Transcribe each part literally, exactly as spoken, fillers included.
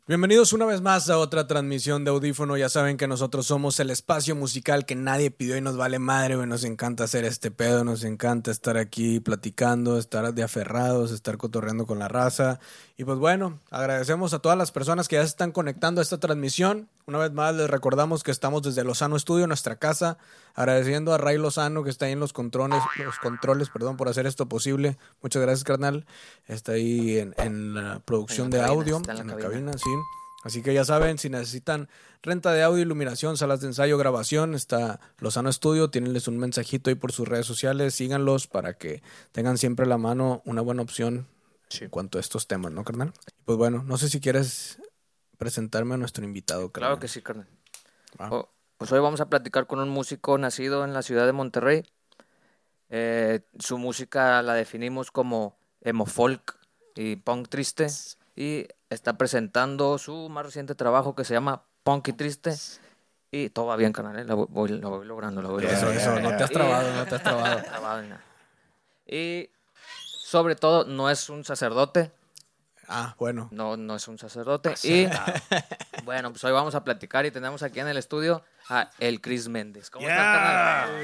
Bienvenidos una vez más a otra transmisión de Audífono. Ya saben que nosotros somos el espacio musical que nadie pidió y nos vale madre, güey. Nos encanta hacer este pedo, nos encanta estar aquí platicando, estar de aferrados, estar cotorreando con la raza. Y pues bueno, agradecemos a todas las personas que ya se están conectando a esta transmisión. Una vez más les recordamos que estamos desde Lozano Studio, nuestra casa. Agradeciendo a Ray Lozano que está ahí en los controles, los controles, perdón, por hacer esto posible. Muchas gracias, carnal. Está ahí en, en la producción en la de cabina, audio, está en la en la cabina. cabina, sí. Así que ya saben, si necesitan renta de audio, iluminación, salas de ensayo, grabación, está Lozano Studio. Tírenles un mensajito ahí por sus redes sociales. Síganlos para que tengan siempre a la mano una buena opción sí. en cuanto a estos temas, ¿no, carnal? Pues bueno, no sé si quieres presentarme a nuestro invitado, carnal. Claro que sí, carnal. Ah. Oh, pues hoy vamos a platicar con un músico nacido en la ciudad de Monterrey. Eh, su música la definimos como emo folk y punk triste. Y está presentando su más reciente trabajo que se llama Punk y Triste. Y todo va bien, carnal, ¿eh? La voy, voy, la voy logrando, la voy Eso, logrando. eso, no te has trabado, no te has trabado. trabado ni nada. Y sobre todo, no es un sacerdote. Ah, bueno. No, no es un sacerdote. Y bueno, pues hoy vamos a platicar y tenemos aquí en el estudio a el Chris Méndez. ¿Cómo yeah. estás, carnal?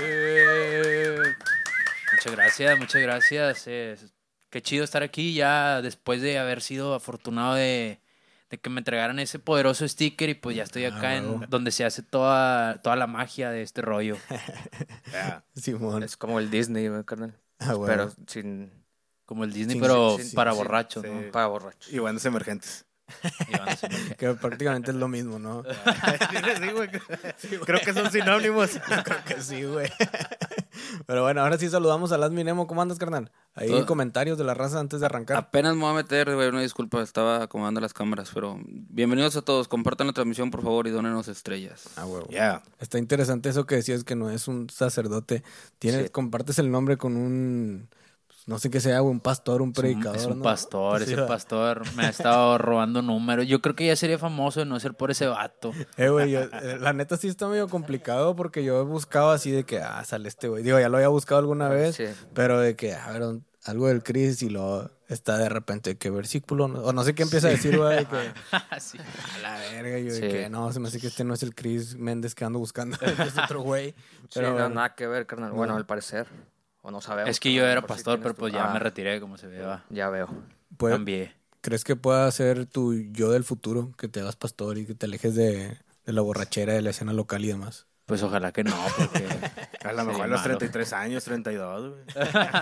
Eh, muchas gracias, muchas gracias. Eh, qué chido estar aquí ya después de haber sido afortunado de, de que me entregaran ese poderoso sticker y pues ya estoy acá ah, en bueno. donde se hace toda, toda la magia de este rollo. yeah. Simón. Es como el Disney, ¿eh, carnal? Ah, bueno. Pero sin... Como el Disney, sí, pero sí, sí, para sí, borrachos, sí, ¿no? Sí. Para borrachos. Y bandas emergentes. Y bandas emergentes. Que prácticamente es lo mismo, ¿no? sí, güey. Sí, creo que son sinónimos. Creo que sí, güey. Pero bueno, ahora sí saludamos a Lasmi Nemo. ¿Cómo andas, carnal? Ahí Todo. Comentarios de la raza antes de arrancar. Apenas me voy a meter, güey, una disculpa, estaba acomodando las cámaras, pero bienvenidos a todos. Compartan la transmisión, por favor, y dónenos estrellas. Ah, huevo. Yeah. Está interesante eso que decías, que no es un sacerdote. Tienes, sí. Compartes el nombre con un... No sé qué sea, un pastor, un predicador. Es un, es un ¿no? pastor, sí, ese va. pastor me ha estado robando números. Yo creo que ya sería famoso de no ser por ese vato. Eh, güey, yo, eh, la neta sí está medio complicado porque yo he buscado así de que, ah, sale este güey. Digo, ya lo había buscado alguna vez, sí. Pero de que, a ver, algo del Chris y lo está de repente, ¿qué versículo? O no sé qué empieza a decir, güey, de que, sí. a la verga, yo sí. de que, no, se me hace que este no es el Chris Méndez que ando buscando, es otro güey. Pero sí, no, bueno, nada que ver, carnal. Bueno, no. Al parecer. O no sabemos. Es que yo era pastor, si pero pues tu... ya ah, me retiré, como se ve. Va. Ya veo. Cambié. ¿Crees que pueda ser tu yo del futuro? Que te hagas pastor y que te alejes de, de la borrachera, de la escena local y demás. Pues ojalá que no, porque... a lo mejor a los treinta y tres años, treinta y dos, güey.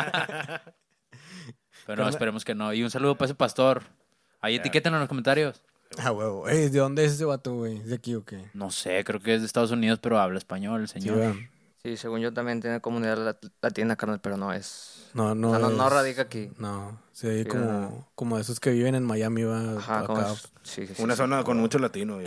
Pero no, esperemos que no. Y un saludo para ese pastor. Ahí yeah. Etiqueten en los comentarios. Ah, huevo. Ey, ¿de dónde es ese vato, güey? ¿De aquí o qué? No sé, creo que es de Estados Unidos, pero habla español, el señor. Sí, Sí, según yo también tiene comunidad latina, carnal, pero no es... No, no o sea, no, es... no radica aquí. No, sí, hay sí, como, no. como esos que viven en Miami, va Ajá, acá. Es... Sí, sí, Una sí, zona sí, con mucho latino.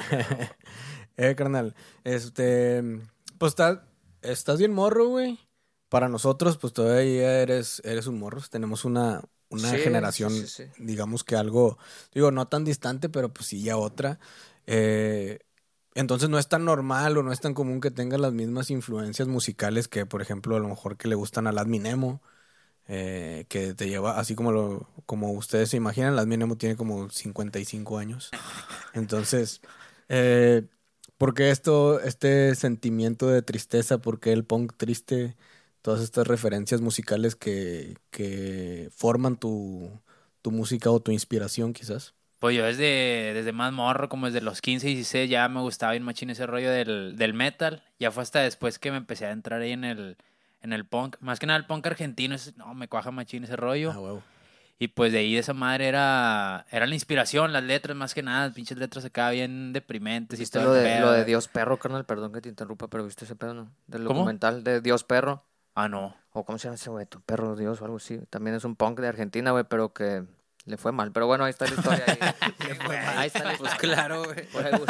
eh, carnal, este... Pues estás, estás bien morro, güey. Para nosotros, pues todavía eres, eres un morro. Tenemos una, una sí, generación, sí, sí, sí. digamos que algo... Digo, no tan distante, pero pues sí ya otra. Eh... Entonces no es tan normal o no es tan común que tenga las mismas influencias musicales que, por ejemplo, a lo mejor que le gustan a Lasmi Nemo, eh, que te lleva, así como lo como ustedes se imaginan, Lasmi Nemo tiene como cincuenta y cinco años. Entonces, eh, ¿por qué esto, este sentimiento de tristeza? ¿Por qué el punk triste? Todas estas referencias musicales que, que forman tu, tu música o tu inspiración, quizás. Pues yo desde, desde más morro, como desde los quince, dieciséis, ya me gustaba bien machín ese rollo del, del metal. Ya fue hasta después que me empecé a entrar ahí en el, en el punk. Más que nada el punk argentino, ese, no, me cuaja machín ese rollo. Ah, wow. Y pues de ahí de esa madre era, era la inspiración, las letras más que nada, pinches letras acá bien deprimentes. ¿Viste y lo, de, lo de Dios Perro, carnal? Perdón que te interrumpa, pero ¿viste ese pedo, no? Del ¿Cómo? Documental de Dios Perro. Ah, no. O ¿cómo se llama ese güey? Perro Dios o algo así. También es un punk de Argentina, güey, pero que... Le fue mal, pero bueno, ahí está la historia. Ahí, le fue mal. Ahí está la Pues claro, güey.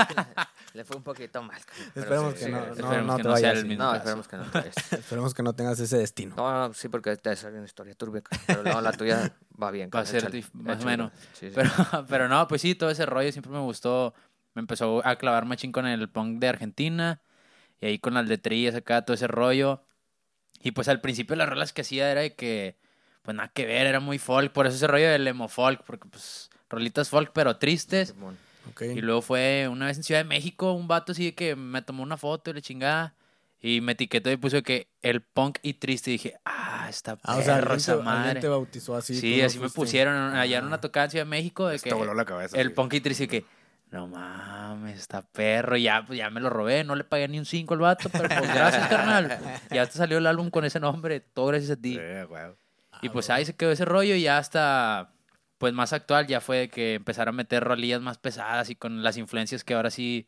Le fue un poquito mal. Esperemos sí, que no, sí, no, esperemos no que te no sea vayas. el mismo No, caso. esperemos que no te vayas. Esperemos que no tengas ese destino. No, no, sí, porque te salió una historia turbia, pero no, la tuya va bien. Va a ser échale, dif- más échale. o menos. Sí, sí. Pero, pero no, pues sí, todo ese rollo siempre me gustó. Me empezó a clavar machín con el punk de Argentina. Y ahí con las letrillas acá, todo ese rollo. Y pues al principio las rolas que hacía era de que... Pues nada que ver, era muy folk. Por eso ese rollo del emo folk. Porque pues rolitas folk, pero tristes. Simón. Ok. Y luego fue una vez en Ciudad de México, un vato así de que me tomó una foto y le chingada. Y me etiquetó y puso que el punk y triste. Y dije, ah, está perro Ah, o sea, alguien esa te, madre. alguien te bautizó así. Sí, tú no así me fuiste. pusieron allá en Ah. una tocada en Ciudad de México de Te que voló la cabeza. el sí. punk y triste y que no mames, está perro. Y ya, pues, ya me lo robé, no le pagué ni un cinco al vato, pero pues gracias, carnal. Ya te salió el álbum con ese nombre, todo gracias a ti. Sí, güey. Y pues ahí se quedó ese rollo y ya hasta, pues más actual, ya fue que empezar a meter rolillas más pesadas y con las influencias que ahora sí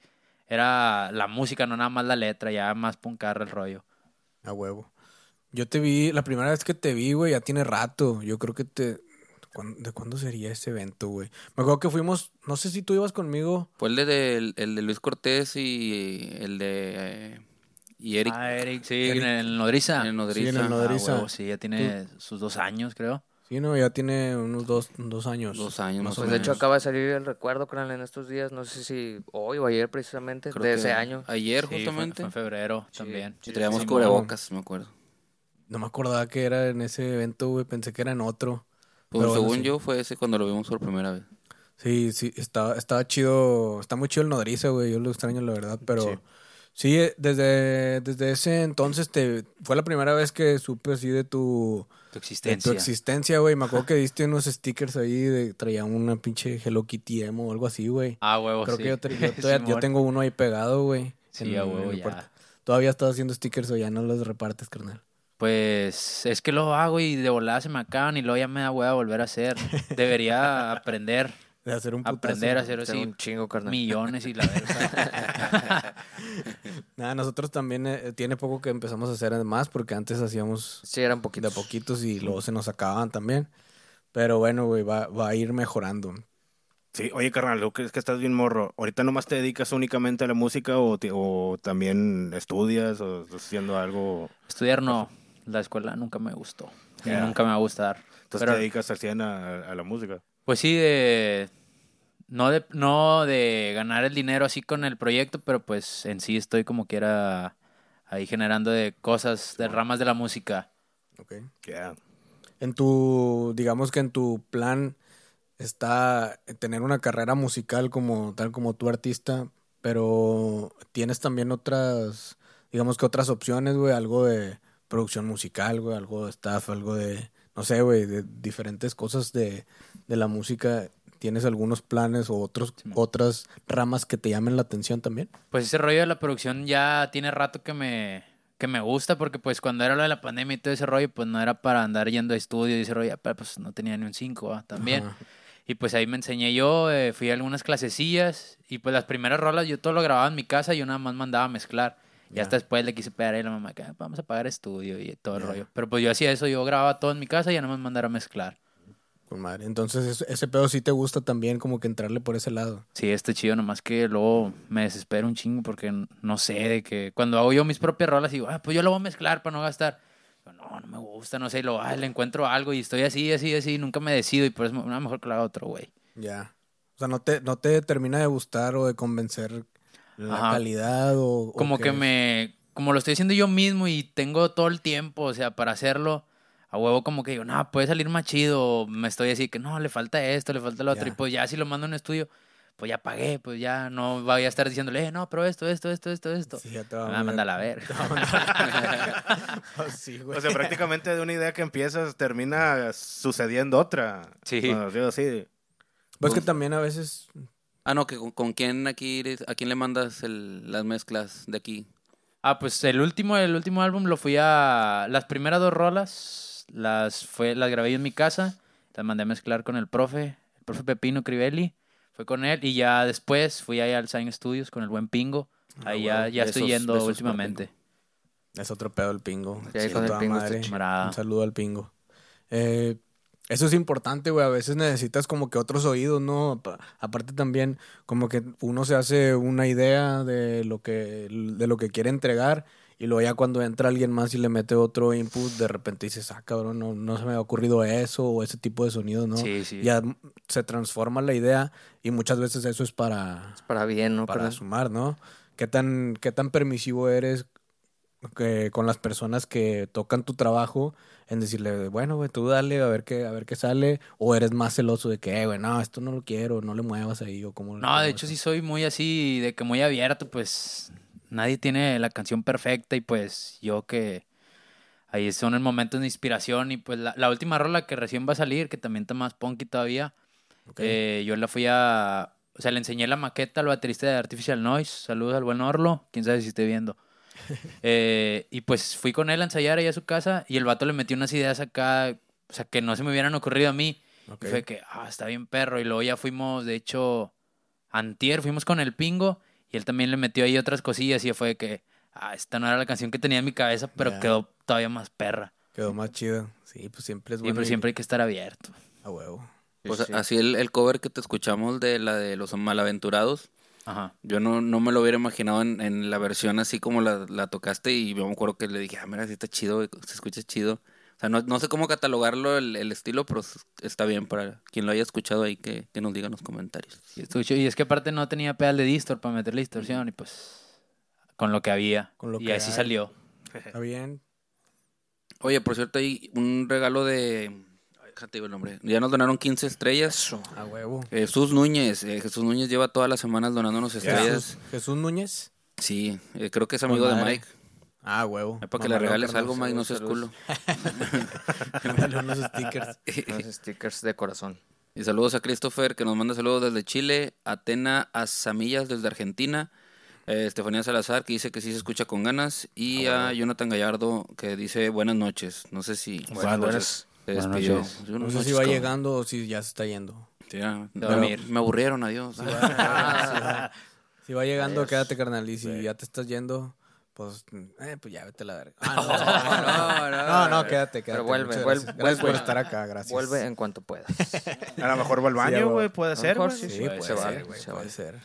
era la música, no nada más la letra, ya más puncarra el rollo. A huevo. Yo te vi, la primera vez que te vi, güey, ya tiene rato. Yo creo que te... ¿cuándo- ¿De cuándo sería ese evento, güey? Me acuerdo que fuimos, no sé si tú ibas conmigo. Fue el de, el, el de Luis Cortés y el de... eh, y Eric. Ah, Eric, sí, Eric. en el Nodriza. En el Nodriza. Sí, en el Nodriza. Ah, huevo, sí, ya tiene sus dos años, creo. Sí, no, ya tiene unos dos, dos años. Dos años, más o Pues de hecho menos. acaba de salir el recuerdo, carnal, en estos días, no sé si hoy o ayer precisamente, Creo de que ese año. Ayer, Sí, fue- justamente. Fue, en febrero Sí, también. Y traíamos sí, cubrebocas, me acuerdo. No me acordaba que era en ese evento, güey. Pensé que era en otro. Pues Pero bueno, según sí. yo fue ese cuando lo vimos por primera vez. Sí, sí, estaba, estaba chido. Está muy chido el Nodriza, güey. Yo lo extraño, la verdad. Pero Sí. sí, eh, desde, desde ese entonces te fue la primera vez que supe así de tu, Tu de existencia. tu existencia, güey. Me acuerdo que diste unos stickers ahí de traía una pinche Hello Kitty emo o algo así, güey. Ah, huevo, Creo sí. que yo, te- yo todavía- yo Simón. tengo uno ahí pegado, güey. Sí, en- a huevo, en mi ya. puerta. Todavía estás haciendo stickers o ya no los repartes, carnal. Pues es que lo hago y de volada se me acaban y luego ya me da hueva volver a hacer. Debería aprender, De hacer un putazo. aprender a hacer Hacer así un chingo, carnal. millones y la verdad. Nada, nosotros también eh, tiene poco que empezamos a hacer más porque antes hacíamos Sí, eran de poquitos. poquitos y luego se nos acababan también. Pero bueno, güey, va, va a ir mejorando. Sí, oye, carnal, lo que es que estás bien morro. ¿Ahorita nomás te dedicas únicamente a la música o, te- o también estudias o estás haciendo algo? Estudiar no, la escuela nunca me gustó y Ya. nunca me va a gustar. Entonces Pero, te dedicas al cien a, a la música. pues sí, de, no de no de ganar el dinero así con el proyecto, pero pues en sí estoy como quiera ahí generando de cosas, de ramas de la música. Ok. Ya. En tu, digamos que en tu plan está tener una carrera musical como tal como tu artista, pero tienes también otras, digamos que otras opciones, güey, algo de producción musical, güey, algo de staff, algo de, no sé, güey, de diferentes cosas de, de la música. ¿Tienes algunos planes o otros, Sí, man. otras ramas que te llamen la atención también? Pues ese rollo de la producción ya tiene rato que me, que me gusta, porque pues cuando era lo de la pandemia y todo ese rollo, pues no era para andar yendo a estudio y ese rollo, pero pues no tenía ni un cinco también. Ajá. Y pues ahí me enseñé yo, eh, fui a algunas clasecillas y pues las primeras rolas yo todo lo grababa en mi casa y yo nada más mandaba a mezclar. Y Ya. hasta después le quise pegar a la mamá que "Ah, vamos a pagar estudio y todo el Ya. rollo. Pero pues yo hacía eso, yo grababa todo en mi casa y ya nada más mandar a mezclar. Con madre. Entonces ese, ese pedo sí te gusta también como que entrarle por ese lado. Sí, este chido, nomás que luego me desespero un chingo porque n- no sé, de que cuando hago yo mis propias rolas digo, ah, pues yo lo voy a mezclar para no gastar. Pero no, no me gusta, no sé, y luego, ah, le encuentro algo y estoy así, así, así, nunca me decido y por eso no, mejor que lo haga otro güey. Ya. O sea, no te, no te termina de gustar o de convencer la Ajá. calidad o... o Como qué que es? me, como lo estoy haciendo yo mismo y tengo todo el tiempo, o sea, para hacerlo, a huevo como que digo, no, puede salir más chido, o me estoy así que no, le falta esto, le falta lo otro, Ya. y pues ya si lo mando a un estudio, pues ya pagué, pues ya no voy a estar diciéndole, eh, no, pero esto, esto, esto, esto, esto. Sí, ya te Me va va a mandar a la ver. Oh, sí, güey. O sea, prácticamente de una idea que empiezas termina sucediendo otra. Sí. O sea, sí. Pues que también a veces... Ah, no, que con, con quién aquí, eres- a quién le mandas el, las mezclas de aquí. Ah, pues el último, el último álbum lo fui a... Las primeras dos rolas las, fue, las grabé yo en mi casa. Las mandé a mezclar con el profe, el profe Pepino Crivelli. Fue con él y ya después fui allá al Sign Studios con el buen Pingo. Ahí ya, ya estoy Besos- yendo besos por diez, ¿no? Pa- Aparte también como que uno se hace una idea de lo que, de lo que quiere entregar y luego ya cuando entra alguien más y le mete otro input, de repente dices, ah, cabrón, no, no se me había ocurrido eso o ese tipo de sonido, ¿no? Sí, sí. Ya se transforma la idea y muchas veces eso es para, Para bien, ¿no? para carnal? sumar, ¿no? ¿Qué tan, qué tan permisivo eres que, con las personas que tocan tu trabajo en decirle, bueno, güey, tú dale a ver qué, a ver qué sale, o eres más celoso de que, eh, güey, no, esto no lo quiero, no le muevas ahí, o como... No, de hecho sí soy muy así, de que muy abierto, pues nadie tiene la canción perfecta y pues yo que ahí son en momentos de inspiración y pues la, la última rola que recién va a salir, que también está más punky todavía, Okay. eh, yo la fui a, o sea, le enseñé la maqueta al baterista de Artificial Noise, saludos al buen Orlo, quién sabe si esté viendo. Eh, y pues fui con él a ensayar allá a su casa y el vato le metió unas ideas acá, o sea, que no se me hubieran ocurrido a mí. Ok. Y fue que, ah, está bien perro. Y luego ya fuimos, de hecho, antier, fuimos con el Pingo y él también le metió ahí otras cosillas y fue de que, ah, esta no era la canción que tenía en mi cabeza, pero Ya. quedó todavía más perra. Quedó más chido. Sí, pues siempre es Y bueno. pues ir siempre hay que estar abierto. a huevo. Pues Sí, sí. así el, el cover que te escuchamos de la de los malaventurados, Ajá. yo no, no me lo hubiera imaginado en, en la versión así como la, la tocaste y yo me acuerdo que le dije, ah, mira, sí está chido, güey, se escucha chido. O sea, no, no sé cómo catalogarlo el, el estilo, pero s- está bien para quien lo haya escuchado ahí que, que nos diga en los comentarios. Y, estuvo chido. Y es que aparte no tenía pedal de distor para meterle distorsión y pues con lo que había. Con lo y que así hay. salió. Está bien. Oye, por cierto, hay un regalo de... ay, déjate digo el nombre. Ya nos donaron quince estrellas. A huevo. Jesús Núñez. eh, Jesús Núñez lleva todas las semanas donándonos estrellas. Jesús, Jesús Núñez. Sí, eh, creo que es amigo de madre. Mike. Ah, huevo. Es para que le Mamalón, regales carnal. algo, Mike, no seas saludos. culo. Dale unos stickers. Unos stickers de corazón. Y saludos a Christopher, que nos manda saludos desde Chile. Atena Azamillas desde Argentina. Eh, Estefanía Salazar, que dice que sí se escucha con ganas. Y Ah, a Jonathan Gallardo, que dice buenas noches. No sé si Buenas noches. se Buenas despidió. noches. Sí, No buenas sé si noches, va cabrón. llegando o si ya se está yendo. Sí, ya, De me, dormir. me aburrieron, adiós. Si va llegando, Adiós. quédate, carnal. Y si ya te estás yendo, pues, eh, pues ya vete a la verga. Ah, no, no, no, no, no, quédate, quédate. Pero vuelve, Muchas vuelve, gracias. Gracias por vuelve. estar acá, gracias. Vuelve en cuanto puedas. A lo mejor va al Sí, baño, güey. güey, puede A lo ser, mejor güey. sí, Sí, Se puede vale, ser, güey, se puede vale. ser.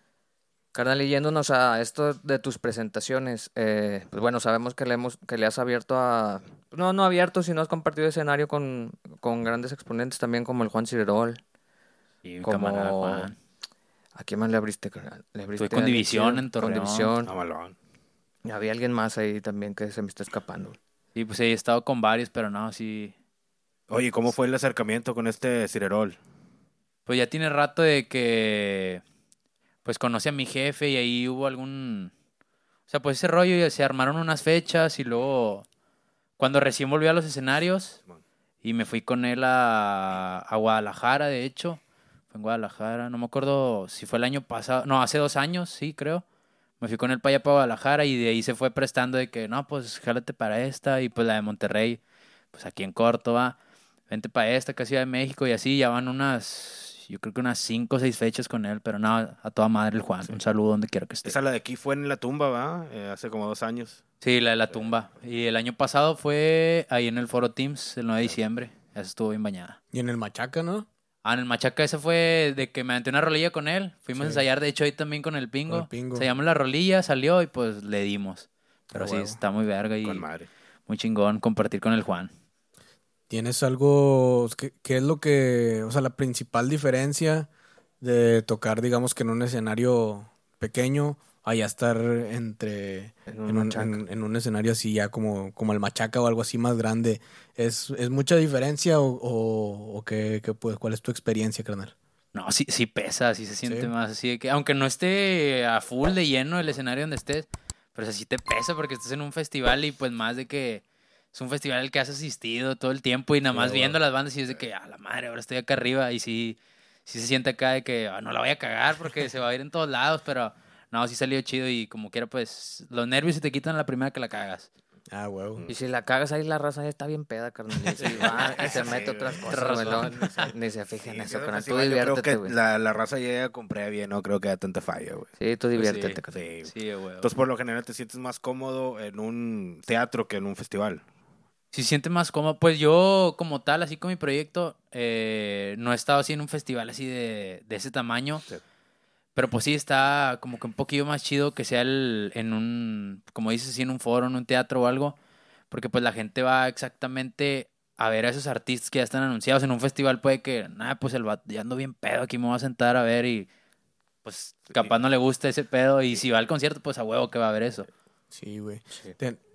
Carnal, y yéndonos a esto de tus presentaciones, eh, pues bueno, sabemos que le, hemos, que le has abierto a... No, no abierto, sino has compartido escenario con, con grandes exponentes también como el Juan Cirerol. Y mi Como- camarada Juan. ¿A quién más le abriste, carnal? Le abriste Estuve con a División Nichio, en Torreón. Con División. Mamalón. Y había alguien más ahí también que se me está escapando. Sí, pues he estado con varios, pero no, sí. Oye, ¿cómo fue el acercamiento con este Cirerol? Pues ya tiene rato de que, pues conocí a mi jefe y ahí hubo algún, o sea, pues ese rollo y se armaron unas fechas y luego, cuando recién volví a los escenarios y me fui con él a, a Guadalajara, de hecho, fue en Guadalajara, no me acuerdo si fue el año pasado, no, hace dos años, sí, creo. Me fui con él para allá para Guadalajara y de ahí se fue prestando de que, no, pues jálate para esta y pues la de Monterrey, pues aquí en corto va, vente para esta, que es Ciudad de México y así, ya van unas, yo creo que unas cinco o seis fechas con él, pero no, a toda madre el Juan, un saludo donde quiera que esté. Esa la de aquí fue en la tumba, ¿va? Eh, hace como dos años. Sí, la de la tumba. Y el año pasado fue ahí en el Foro Teams, el nueve de diciembre, esa estuvo bien bañada. Y en el Machaca, ¿no? Ah, en el Machaca ese fue de que me aventé una rolilla con él. Fuimos a Sí. ensayar, de hecho, ahí también con el Pingo. Con el Pingo. Ensayamos la rolilla, salió y pues le dimos. Pero Ah, sí, huevo. está muy verga y Con madre. muy chingón compartir con el Juan. ¿Tienes algo, qué, qué es lo que, o sea, la principal diferencia de tocar, digamos que en un escenario pequeño, a ya estar entre, En un en un, Machaca. en- en un escenario así ya como, como el Machaca o algo así más grande? ¿Es, es mucha diferencia o, o, o qué, qué, pues, cuál es tu experiencia, carnal? No, sí, sí pesa, sí se siente Sí. más así de que, aunque no esté a full de lleno el escenario donde estés, pero sí te pesa porque estás en un festival y pues más de que es un festival al que has asistido todo el tiempo y nada Sí, más güey. viendo las bandas y es de que, a la madre, ahora estoy acá arriba y sí, sí se siente acá de que "Ah, no la voy a cagar porque se va a ir en todos lados", pero no, sí salió chido y como quiera pues los nervios se te quitan a la primera que la cagas. Ah, huevo. Y si la cagas ahí, la raza ya está bien peda, carnal. Y si va y se mete otras cosas, güey, no, ni se fija en eso, carnal. Tú Yo creo diviértete, que güey. la, la raza llega con previa, no creo que haya tanta falla, güey. Sí, tú Pues diviértete, sí. carnal. Sí. Sí, güey. Entonces, por lo general, te sientes más cómodo en un teatro que en un festival. Si se siente más cómodo, pues yo como tal, así con mi proyecto, eh, no he estado así en un festival así de, de ese tamaño, Sí. pero pues sí está como que un poquillo más chido que sea el, en un, como dices, así en un foro, en un teatro o algo, porque pues la gente va exactamente a ver a esos artistas que ya están anunciados. En un festival puede que, nada, pues el vato, ya ando bien pedo, aquí me voy a sentar a ver y pues capaz no le gusta ese pedo y si va al concierto, pues a huevo que va a ver eso. Sí, güey. Ten-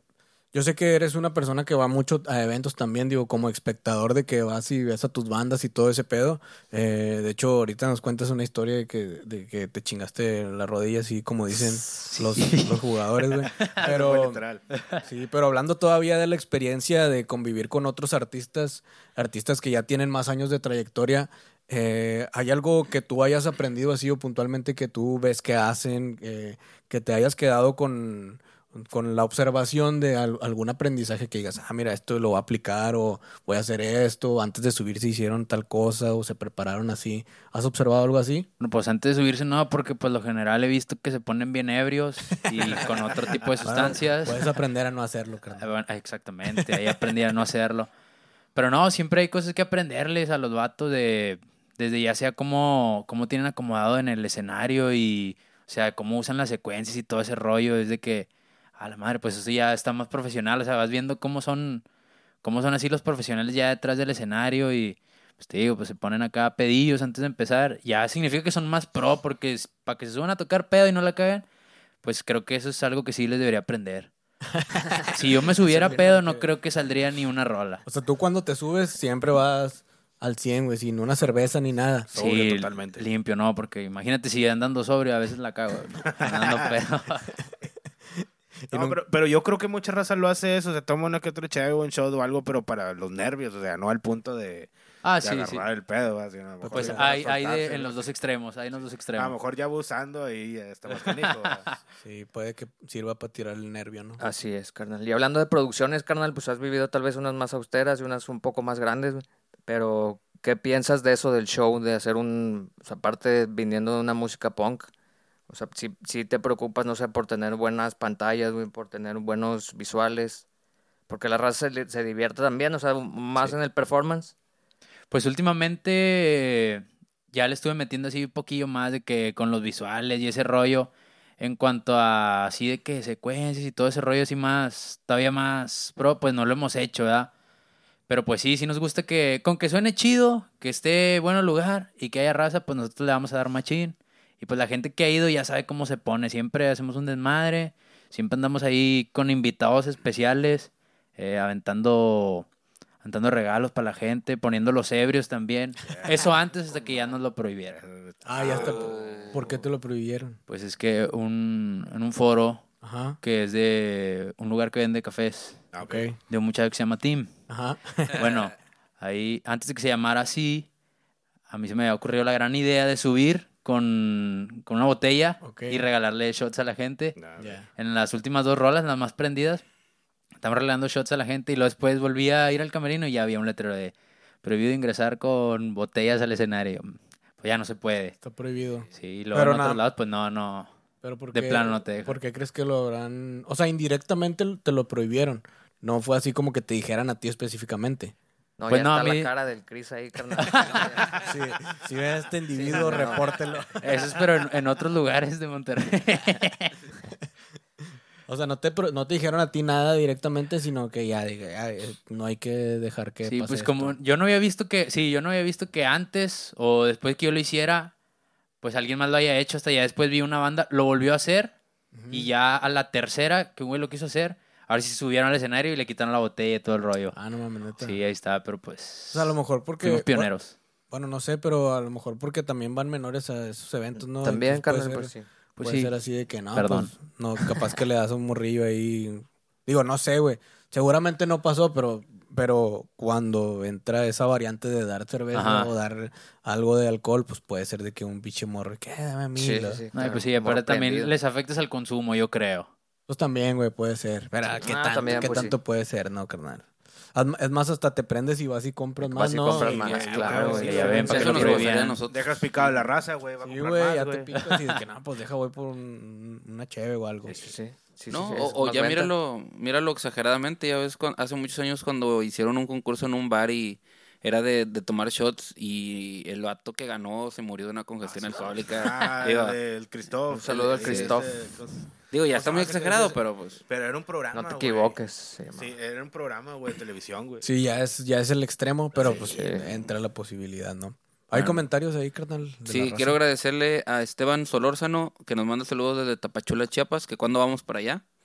Yo sé que eres una persona que va mucho a eventos también, digo, como espectador de que vas y ves a tus bandas y todo ese pedo. Eh, de hecho, ahorita nos cuentas una historia de que, de que te chingaste la rodilla, así como dicen los, los jugadores, güey. Pero, literal. sí, pero hablando todavía de la experiencia de convivir con otros artistas, artistas que ya tienen más años de trayectoria, eh, ¿hay algo que tú hayas aprendido así o puntualmente que tú ves que hacen, eh, que te hayas quedado con... con la observación de al- algún aprendizaje que digas, ah, mira, esto lo voy a aplicar o voy a hacer esto, antes de subirse hicieron tal cosa o se prepararon así? ¿Has observado algo así? Bueno, pues antes de subirse no, porque pues lo general he visto que se ponen bien ebrios y con otro tipo de sustancias. Bueno, puedes aprender a no hacerlo, Ah, carnal. bueno, exactamente, ahí aprendí a no hacerlo. Pero no, siempre hay cosas que aprenderles a los vatos de, desde ya sea cómo, cómo tienen acomodado en el escenario y, o sea, cómo usan las secuencias y todo ese rollo, desde que, a la madre, pues eso ya está más profesional, o sea, vas viendo cómo son, cómo son así los profesionales ya detrás del escenario y, pues te digo, pues se ponen acá pedillos antes de empezar, ya significa que son más pro, porque es- para que se suban a tocar pedo y no la caguen, pues creo que eso es algo que sí les debería aprender. Si yo me subiera pedo, no creo que saldría ni una rola. O sea, tú cuando te subes siempre vas al cien, güey, sin una cerveza ni nada. Sobrio Sí, totalmente. limpio, no, porque imagínate si andando sobrio, a veces la cago, ¿no? Andando pedo. No, no- pero, pero yo creo que mucha raza lo hace eso, se toma una que otra chave o un shot o algo, pero para los nervios, o sea, no al punto de, Ah, de sí, sí. agarrar el pedo. Así, a lo mejor Pues ya hay, para hay de, soltarse, en ¿no? los dos extremos, hay en los dos A lo extremos. mejor ya abusando ahí ya está más canijo. ¿verdad? Sí, puede que sirva para tirar el nervio, ¿no? Así es, carnal. Y hablando de producciones, carnal, pues has vivido tal vez unas más austeras y unas un poco más grandes, güey. Pero, ¿qué piensas de eso del show, de hacer un, o sea, aparte viniendo de una música punk? O sea, si, si te preocupas, no sé, por tener buenas pantallas, güey, por tener buenos visuales, porque la raza se, li- se divierte también, o sea, más Sí. en el performance. Pues últimamente eh, ya le estuve metiendo así un poquillo más de que con los visuales y ese rollo, en cuanto a así de que secuencias y todo ese rollo así más, todavía más pro, pues no lo hemos hecho, ¿verdad? Pero pues sí, sí nos gusta que, con que suene chido, que esté bueno el lugar y que haya raza, pues nosotros le vamos a dar machín. Y pues la gente que ha ido ya sabe cómo se pone, siempre hacemos un desmadre, siempre andamos ahí con invitados especiales, eh, aventando, aventando regalos para la gente, poniendo los ebrios también. Eso antes hasta que ya nos lo prohibieron. Ah, ya está. ¿Por qué te lo prohibieron? Pues es que un, en un foro Ajá, que es de un lugar que vende cafés, Ah, ok. de un muchacho que se llama Tim. Ajá. Bueno, ahí, antes de que se llamara así, a mí se me había ocurrido la gran idea de subir con, con una botella Ok. y regalarle shots a la gente. Nah, Ya. En las últimas dos rolas, las más prendidas, estamos regalando shots a la gente y luego después volví a ir al camerino y ya había un letrero de prohibido ingresar con botellas al escenario. Pues ya no se puede. Está prohibido. Sí, y luego Pero en otros nada- lados, pues no, no. Pero ¿por De qué- plano no te dejan. ¿Por qué crees que lo habrán...? O sea, indirectamente te lo prohibieron. No fue así como que te dijeran a ti específicamente. No, Pues ya no, está a mí- la cara del Chris ahí, carnal. Sí, si ves a este individuo, no, no. repórtelo. Eso es, pero en, en otros lugares de Monterrey. O sea, no te, pro- no te dijeron a ti nada directamente, sino que ya, diga, ya, eh, no hay que dejar que Sí, pase pues esto. como yo no había visto que, sí, yo no había visto que antes o después que yo lo hiciera, pues alguien más lo haya hecho, hasta ya después vi una banda, lo volvió a hacer y ya a la tercera que un güey lo quiso hacer, ahora sí se subieron al escenario y le quitaron la botella y todo el rollo. Ah, no mames, neta. Sí, ahí está, pero pues O sea, a lo mejor porque... fuimos pioneros. Bueno, no sé, pero a lo mejor porque también van menores a esos eventos, ¿no? También, Entonces carnal, puede pues ser- sí. Pues puede sí. ser así de que no, Perdón. pues, no, capaz que le das a un morrillo ahí. Digo, no sé, güey. Seguramente no pasó, pero, pero cuando entra esa variante de dar cerveza Ajá. o dar algo de alcohol, pues puede ser de que un pinche morro, ¿qué? Dame a mí. Sí, la- sí, sí, Ay, claro. pues sí, Amor aparte también prendido. les afectas al consumo, yo creo. Pues también, güey, puede ser. Pero, ¿qué, Ah, tanto, también, ¿qué pues, tanto sí. puede ser? No, carnal. Haz- Es más, hasta te prendes y vas y compras Vas más, y ¿no? compras Y- más, y- claro, sí, güey, ya ven, para que Eso lo nos gustaría a prohibían. nosotros. Dejas picado la raza, güey. Va a Sí, comprar güey, más, ya güey. te picas y de que no, pues deja, voy por un- una cheve o algo. Sí, sí, sí. Sí, No, sí, sí, o, es o más ya venta. míralo, míralo exageradamente. Ya ves, cuan- hace muchos años cuando hicieron un concurso en un bar y era de, de tomar shots y el vato que ganó se murió de una congestión alcohólica. Ah, Digo, el Christoph. Un saludo al el- Christoph. ese- cos- digo, ya está muy Ese- exagerado, ese- pero pues... Pero era un programa, No te güey. equivoques. se llama. Sí, era un programa, güey, de televisión, güey. Sí, ya es, ya es el extremo, pero pues Sí. entra la posibilidad, ¿no? ¿Hay comentarios ahí, carnal? de la Sí, raza? quiero agradecerle a Esteban Solórzano que nos manda saludos desde Tapachula, Chiapas, que cuando vamos para allá.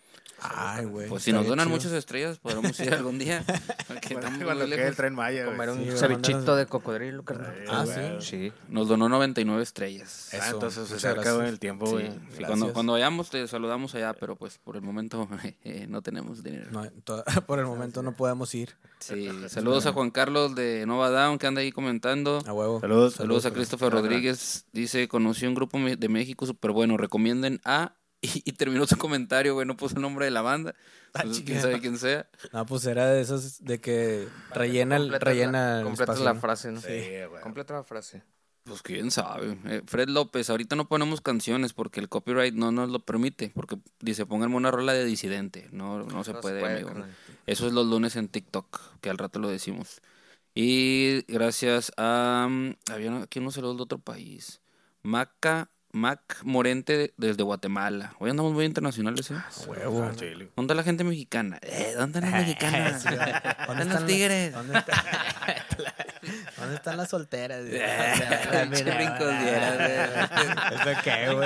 Ay, güey. Pues si nos estaría donan chido. muchas estrellas, podremos ir algún día. Porque Cuando, estamos muy cuando quede lejos. el Tren Maya, güey. Comer un Sí, güey, cevichito mandaron- de cocodrilo, carnal. Ah, güey. sí. Sí. Nos donó noventa y nueve estrellas. Ah, Eso, entonces se muchas acerca, gracias. güey, el tiempo, güey. Sí, Gracias. cuando, cuando vayamos te saludamos allá, pero pues por el momento eh, no tenemos dinero. No, to- por el momento no podemos ir. Sí, saludos a Juan Carlos de Nova Down que anda ahí comentando. A huevo. Saludos. Saludos a Christopher Rodríguez. Dice, conocí un grupo me- de México súper bueno. Recomienden a... Y, y terminó su comentario, güey. No puso el nombre de la banda. Entonces, quién sabe quién sea. No, pues era de esos de que rellena el, Completa rellena la, el completa espacio, la ¿no? frase, ¿no? Sí, güey. Completa la frase. Pues quién sabe. Eh, Fred López, ahorita no ponemos canciones porque el copyright no nos lo permite. Porque dice, pónganme una rola de disidente. No, no se No se puede, puede, amigo. carnal. Eso es los lunes en TikTok, que al rato lo decimos. Y gracias a... mm, había uno- aquí unos saludos de otro país. Maca... Mac Morente desde Guatemala. Hoy andamos muy internacionales, ¿eh? Huevo. Ah, chile. ¿Dónde está la gente mexicana? Eh, ¿dónde están las mexicanas? ¿Dónde están los la- tigres? ¿Dónde, está- ¿Dónde están las solteras? Pinche brincosdiera, ¿Eso qué, güey?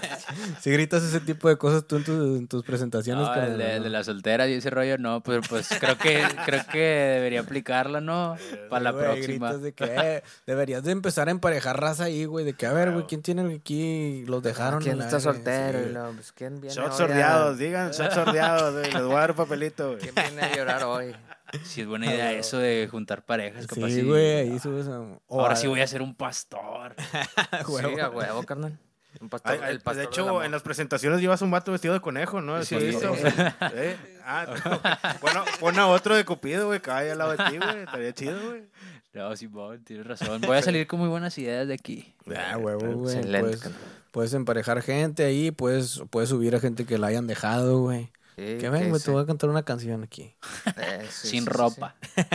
Si gritas ese tipo de cosas tú en, tu- en tus presentaciones, No, carnal, el de, ¿no? de la soltera y ese rollo no, pero pues creo que creo que debería aplicarla, ¿no? Para la Güey, próxima. gritas de que eh, deberías de empezar a emparejar raza ahí, güey. De que, a ver, güey, ¿quién tiene aquí? Los dejaron. ¿Quién a la está verga? soltero? Sí. Y luego, pues, ¿quién viene Shots hoy a- sordeados, digan, shots sordeados, güey. Les voy a dar un papelito, güey. ¿Quién viene a llorar hoy? Sí, es buena idea eso de juntar parejas. Capaz Sí, sí. güey, ahí subes a... o Ahora a- sí voy a ser un pastor. huevo. Sí, a huevo, carnal. Un pastor, Ay, ay, el pastor de del hecho, amor. en las presentaciones llevas un vato vestido de conejo, ¿no? Sí, Sí, visto. sí. ¿Eh? Ah, no. Bueno, pon a otro de Cupido, güey, que vaya al lado de ti, güey. Estaría chido, güey. No, Simón, tienes razón. Voy a salir con muy buenas ideas de aquí. Ah, huevo, güey. Excelente, Puedes, carnal. puedes emparejar gente ahí, puedes, puedes subir a gente que la hayan dejado, güey. Sí, Que ven, güey, sí. te voy a cantar una canción aquí. Eh, sí, Sin sí, sí, ropa.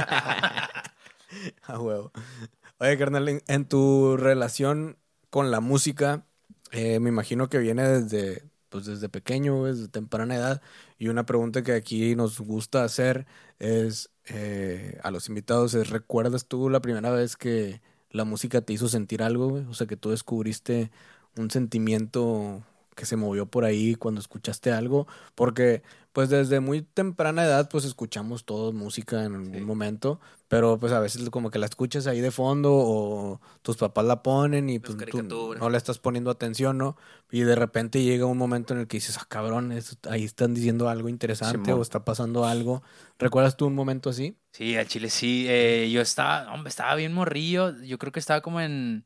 A huevo. Oye, carnal, en, en tu relación con la música, eh, me imagino que viene desde, pues desde pequeño, güey, desde temprana edad. Y una pregunta que aquí nos gusta hacer es eh, a los invitados es, ¿recuerdas tú la primera vez que la música te hizo sentir algo, güey? O sea, que tú descubriste un sentimiento que se movió por ahí cuando escuchaste algo, porque pues desde muy temprana edad pues escuchamos todos música en algún momento, pero pues a veces como que la escuchas ahí de fondo o tus papás la ponen y pues tú caricaturas. no le estás poniendo atención, ¿no? Y de repente llega un momento en el que dices, ah, cabrón, eso- ahí están diciendo algo interesante Simón. o está pasando algo. ¿Recuerdas tú un momento así? Sí, al chile sí. Eh, yo estaba, hombre, estaba bien morrillo. Yo creo que estaba como en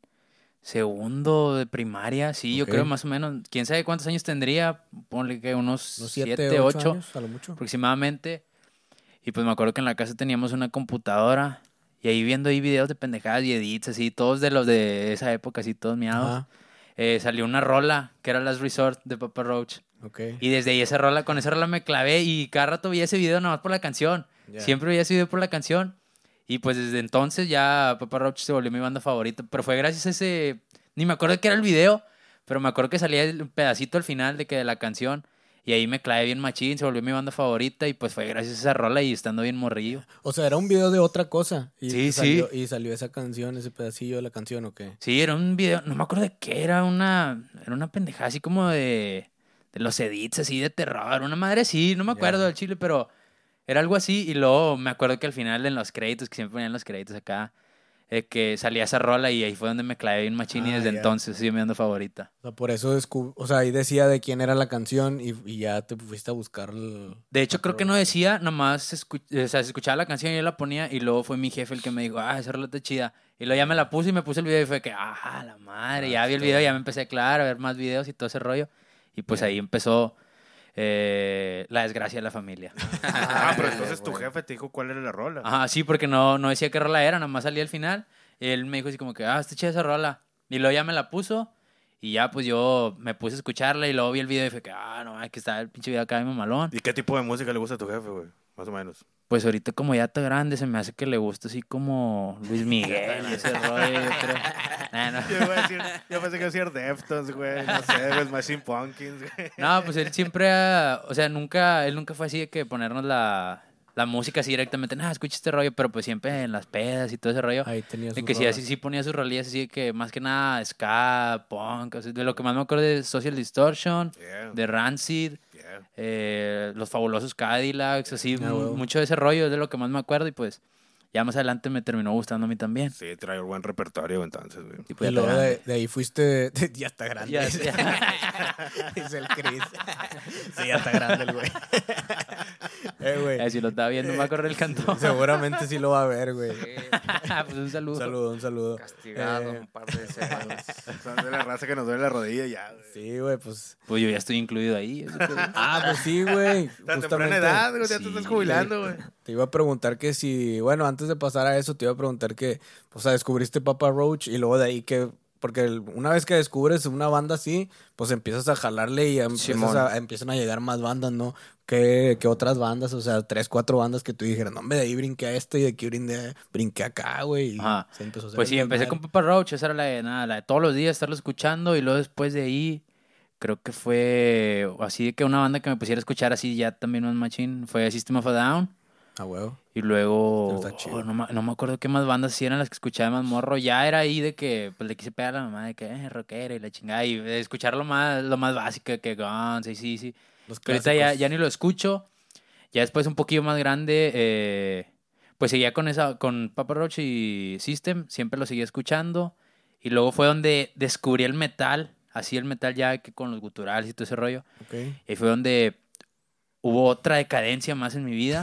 segundo de primaria. Sí, yo Ok. creo más o menos. Quién sabe cuántos años tendría. Ponle que unos ¿Unos siete, siete, ocho ocho años, a lo mucho? aproximadamente. Y pues me acuerdo que en la casa teníamos una computadora. Y ahí viendo ahí videos de pendejadas y edits, así, todos de los de esa época, así, todos miados. Ajá, Eh, salió una rola que era Last Resort de Papa Roach. ok. Y desde ahí esa rola, con esa rola me clavé y cada rato veía ese video nada más por la canción. Ya. Siempre veía ese video por la canción. Y pues desde entonces ya Papa Roach se volvió mi banda favorita. Pero fue gracias a ese... Ni me acuerdo de qué era el video, pero me acuerdo que salía el pedacito al final de que de la canción. Y ahí me clavé bien machín, se volvió mi banda favorita. Y pues fue gracias a esa rola y estando bien morrillo. O sea, era un video de otra cosa. Y Sí, salió, sí. Y salió esa canción, ese pedacillo de la canción, ¿o qué? Sí, era un video, no me acuerdo de qué, era una, era una pendejada así como de, de los edits así de terror, una madre así, no me acuerdo Ya. del chile, pero era algo así. Y luego me acuerdo que al final en los créditos, que siempre ponían los créditos acá, eh, que salía esa rola y ahí fue donde me clavé bien machín y Ah, desde ya. entonces sí mi banda favorita. O sea, por eso descub- o sea, ahí decía de quién era la canción y, y ya te fuiste a buscar el... De hecho, creo que no decía, nomás se, escu- o sea, se escuchaba la canción y yo la ponía y luego fue mi jefe el que me dijo, ah, esa rola está chida. Y luego ya me la puse y me puse el video y fue que, ah, la madre, Ah, ya vi el está video, ya bueno. me empecé, claro, a ver más videos y todo ese rollo. Y pues ahí empezó eh, la desgracia de la familia. Ah, pero entonces tu güey. jefe te dijo cuál era la rola. Ajá, sí, porque no, no decía qué rola era, nomás salía al final. Y él me dijo así como que, ah, está chida esa rola. Y luego ya me la puso y ya pues yo me puse a escucharla y luego vi el video y fue que, ah, no, aquí está el pinche video acá de mamalón. ¿Y qué tipo de música le gusta a tu jefe, güey? Más o menos. Pues ahorita como ya está grande se me hace que le gusta así como Luis Miguel y ese rollo, yo creo. Nah, no. Yo, iba a decir, yo pensé que iba a decir Deftones, güey. No sé, güey, Smashing Pumpkins, güey. No, pues él siempre, ha- o sea, nunca, él nunca fue así de que ponernos la, la música así directamente, nada, escucha este rollo, pero pues siempre en las pedas y todo ese rollo. Ahí tenía De sus que sí, rolas. así sí ponía sus rolillas así de que más que nada ska, punk, así, de lo que más me acuerdo de Social Distortion, Yeah, de Rancid, yeah. eh, Los Fabulosos Cadillacs, así, Ah, huevo. mucho de ese rollo es de lo que más me acuerdo y pues ya más adelante me terminó gustando a mí también. Sí, trae un buen repertorio entonces, güey. Y pues Y ya luego está de, grande. de ahí fuiste. Ya está grande. Ya, dice. ya. Dice el Chris. Sí, ya está grande el güey. Eh, güey. Eh, si lo estaba viendo, me va a correr el cantón. Seguramente sí lo va a ver, güey. Sí, Pues un saludo. Un saludo, un saludo. castigado Eh, un par de semanas. Son de la raza que nos duele la rodilla ya, güey. Sí, güey, pues. Pues yo ya estoy incluido ahí. eso que- Ah, pues sí, güey. Tan temprana Justamente edad, güey, ya sí, te estás jubilando, güey. te iba a preguntar que si. Bueno, antes de pasar a eso, te iba a preguntar que. O sea, descubriste Papa Roach y luego de ahí que. Porque el- una vez que descubres una banda así, pues empiezas a jalarle y empiezas Simón. a, empiezan a llegar más bandas, ¿no? ¿Qué, qué otras bandas? O sea, tres, cuatro bandas que tú dijeras, no, hombre, de ahí brinqué a este y de aquí brinqué, brinqué acá, güey. y Ajá. se empezó a hacer Pues sí, el empecé desmadre. con Papa Roach, esa era la de nada, la de todos los días estarlo escuchando y luego después de ahí creo que fue así de que una banda que me pusiera a escuchar así ya también más machín fue System of a Down Ah, huevo. y luego Está chido. oh, no, ma- no me acuerdo qué más bandas sí eran las que escuchaba más morro, ya era ahí de que pues le quise pegar a la mamá de que eh, rockera y la chingada y de escuchar lo más, lo más básico que Guns, sí, sí, sí. Los Pero ahorita ya, clásicos. ya ni lo escucho. Ya después un poquillo más grande, eh, pues seguía con esa, con Papa Roach y System, siempre lo seguía escuchando. Y luego fue donde descubrí el metal, así el metal ya que con los guturales y todo ese rollo. Ok. Y fue donde hubo otra decadencia más en mi vida.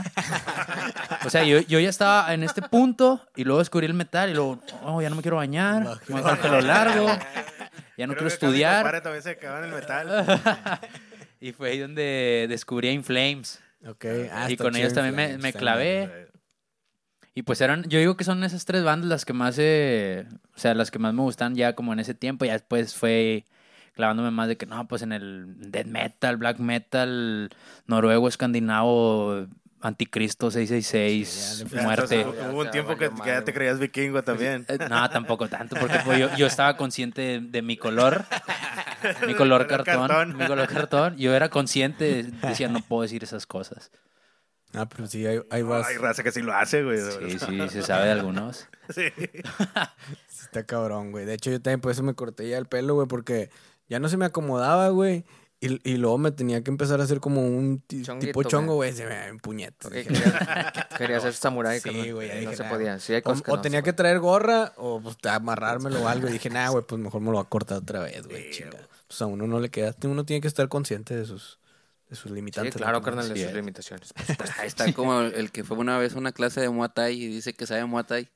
O sea, yo, yo ya estaba en este punto y luego descubrí el metal y luego, oh, ya no me quiero bañar, me voy a dejar el pelo largo, ya no quiero estudiar. Para también se acaban el metal. Y fue ahí donde descubrí a In Flames. Ok. Ah, Y está con chido ellos también me, Inflames, me está clavé. Y pues eran, yo digo que son esas tres bandas las que más, eh, o sea, las que más me gustan ya como en ese tiempo. Ya después fue clavándome más de que no, pues en el death metal, black metal, noruego, escandinavo, anticristo seiscientos sesenta y seis, Sí, ya Ya, muerte. entonces, Ya, hubo un ya tiempo que, valió que ya madre. te creías vikingo también. Eh, No, tampoco tanto, porque pues, yo, yo estaba consciente de, de mi color, mi color color cartón, cartón. mi color cartón. Yo era consciente, decía, no puedo decir esas cosas. Ah, pero sí, ahí, ahí No, vas. hay raza que sí lo hace, güey. Sí, sí, se sabe de algunos. Sí. Sí está cabrón, güey. De hecho, yo también por eso me corté ya el pelo, güey, porque ya no se me acomodaba, güey. Y, y luego me tenía que empezar a hacer como un ti- Chonguito, tipo chongo, güey. güey. Se me en puñetas. Porque Dije, quería, quería ser samurái, Sí, carnal, güey, ya y no dije, se nah, podía. Sí, hay O, cosas que o no tenía se que pueden. traer gorra o pues, amarrármelo o algo. Y dije, nah, güey, pues mejor me lo voy a cortar otra vez, güey. Chinga. Pues a uno no le queda. Uno tiene que estar consciente de sus, de sus Sí, limitantes. claro, ¿no? carnal, de Sí, sus eh. limitaciones. Ahí está como el que fue una vez a una clase de Muay Thai y dice que sabe Muay Thai.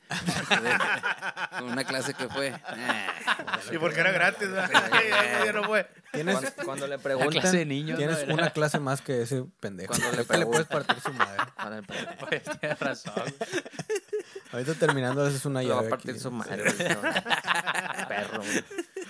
Una clase que fue. Y porque era gratis, güey. Ya, ya no fue. Tienes, Cuando, cuando le La clase de preguntan... niños. tienes ¿no? una clase más que ese pendejo. Cuando le Ahorita le puedes preguntan- partir su madre. Cuando le preguntan, Pues tienes razón. güey. Ahorita terminando, haces una le va llave. a partir aquí. su madre, güey. no. Perro, güey.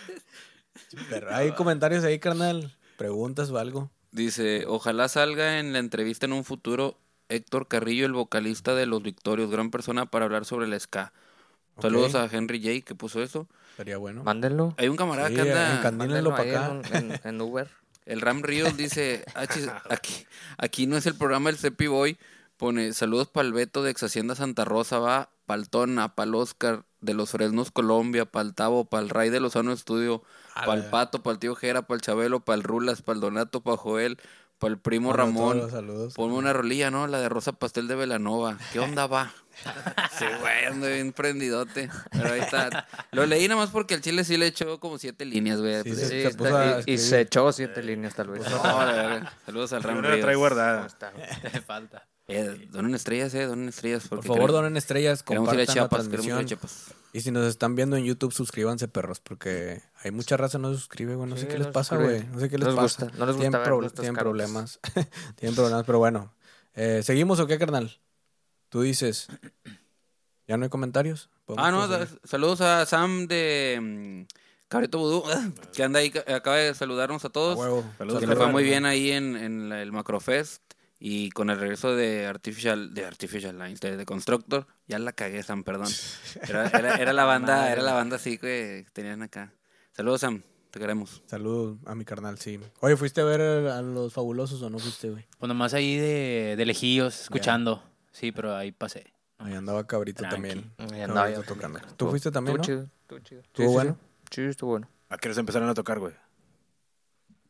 Pero hay comentarios ahí, carnal. Preguntas o algo. Dice, ojalá salga en la entrevista en un futuro Héctor Carrillo, el vocalista de Los Victorios, gran persona para hablar sobre el ska. Ok. Saludos a Henry J, que puso eso. Sería bueno. Mándenlo. Hay un camarada Sí, que anda... encandílenlo Mándenlo para ahí acá. en, en- en Uber. El Ram Ríos dice, "Ah, chis, aquí, aquí no es el programa del Cepi Boy". Pone, saludos para el Beto de Ex Hacienda Santa Rosa, va, pa'l Tona, pa'l Oscar de los Fresnos Colombia, pa'l Tavo, pa'l Ray de Lozano Estudio, A pa'l la- Pato, pa'l Tío Jera, pa'l Chabelo, pa'l Rulas, pa'l Donato, pa'l Joel, pa'l Primo Bueno, Ramón. todos los saludos. Ponme una rolilla, ¿no? La de Rosa Pastel de Velanova. ¿Qué onda va? Sí, güey, ando bien prendidote. Pero ahí está. Lo leí nomás porque el chile sí le echó como siete líneas, güey. Sí, Pues, se- Sí, se está- puso a y, y escribir. se echó siete líneas, tal vez. no, la verdad. Saludos al Yo Ram no la trae Ríos. guardada. Te falta. Eh, donen estrellas, eh, donen estrellas. Por porque favor, queremos- donen estrellas, Queremos ir a compartan la Chiapas, queremos ir a transmisión. Chiapas. Y si nos están viendo en YouTube, suscríbanse, perros, porque hay mucha raza que no se suscribe, güey. No sé Sí, qué les no pasa, suscribe. güey. No sé qué No les les pasa. gusta, no les gusta tienen, ver pro- nuestras tienen carotas. problemas. Tienen problemas, pero bueno. Eh, ¿Seguimos o qué, carnal? Tú dices. ¿Ya no hay comentarios? ¿Podemos Ah, no, proseguir? da- saludos a Sam de mm, Cabrito Vudú, que anda ahí, que acaba de saludarnos a A todos. huevo. Saludos, Que le fue muy bien ahí en, en la- el Macrofest y con el regreso de Artificial de Artificial Lines, de, de Constructor, ya la cagué, Sam, perdón. Era, era, era la banda, era la banda así que tenían acá. Saludos, Sam, te queremos. Saludos a mi carnal, sí. Oye, ¿fuiste a ver a los fabulosos o no fuiste, güey? Pues nomás ahí de, de lejillos, escuchando. Sí, pero ahí pasé. Ahí andaba Cabrito Tranqui. también. Ahí andaba Cabrito yo tocando. también. ¿Tú fuiste también, Estuvo no? chido, estuvo chido. ¿Estuvo Sí, sí, bueno? Sí, Sí, estuvo bueno. ¿A qué horas empezaron a tocar, güey?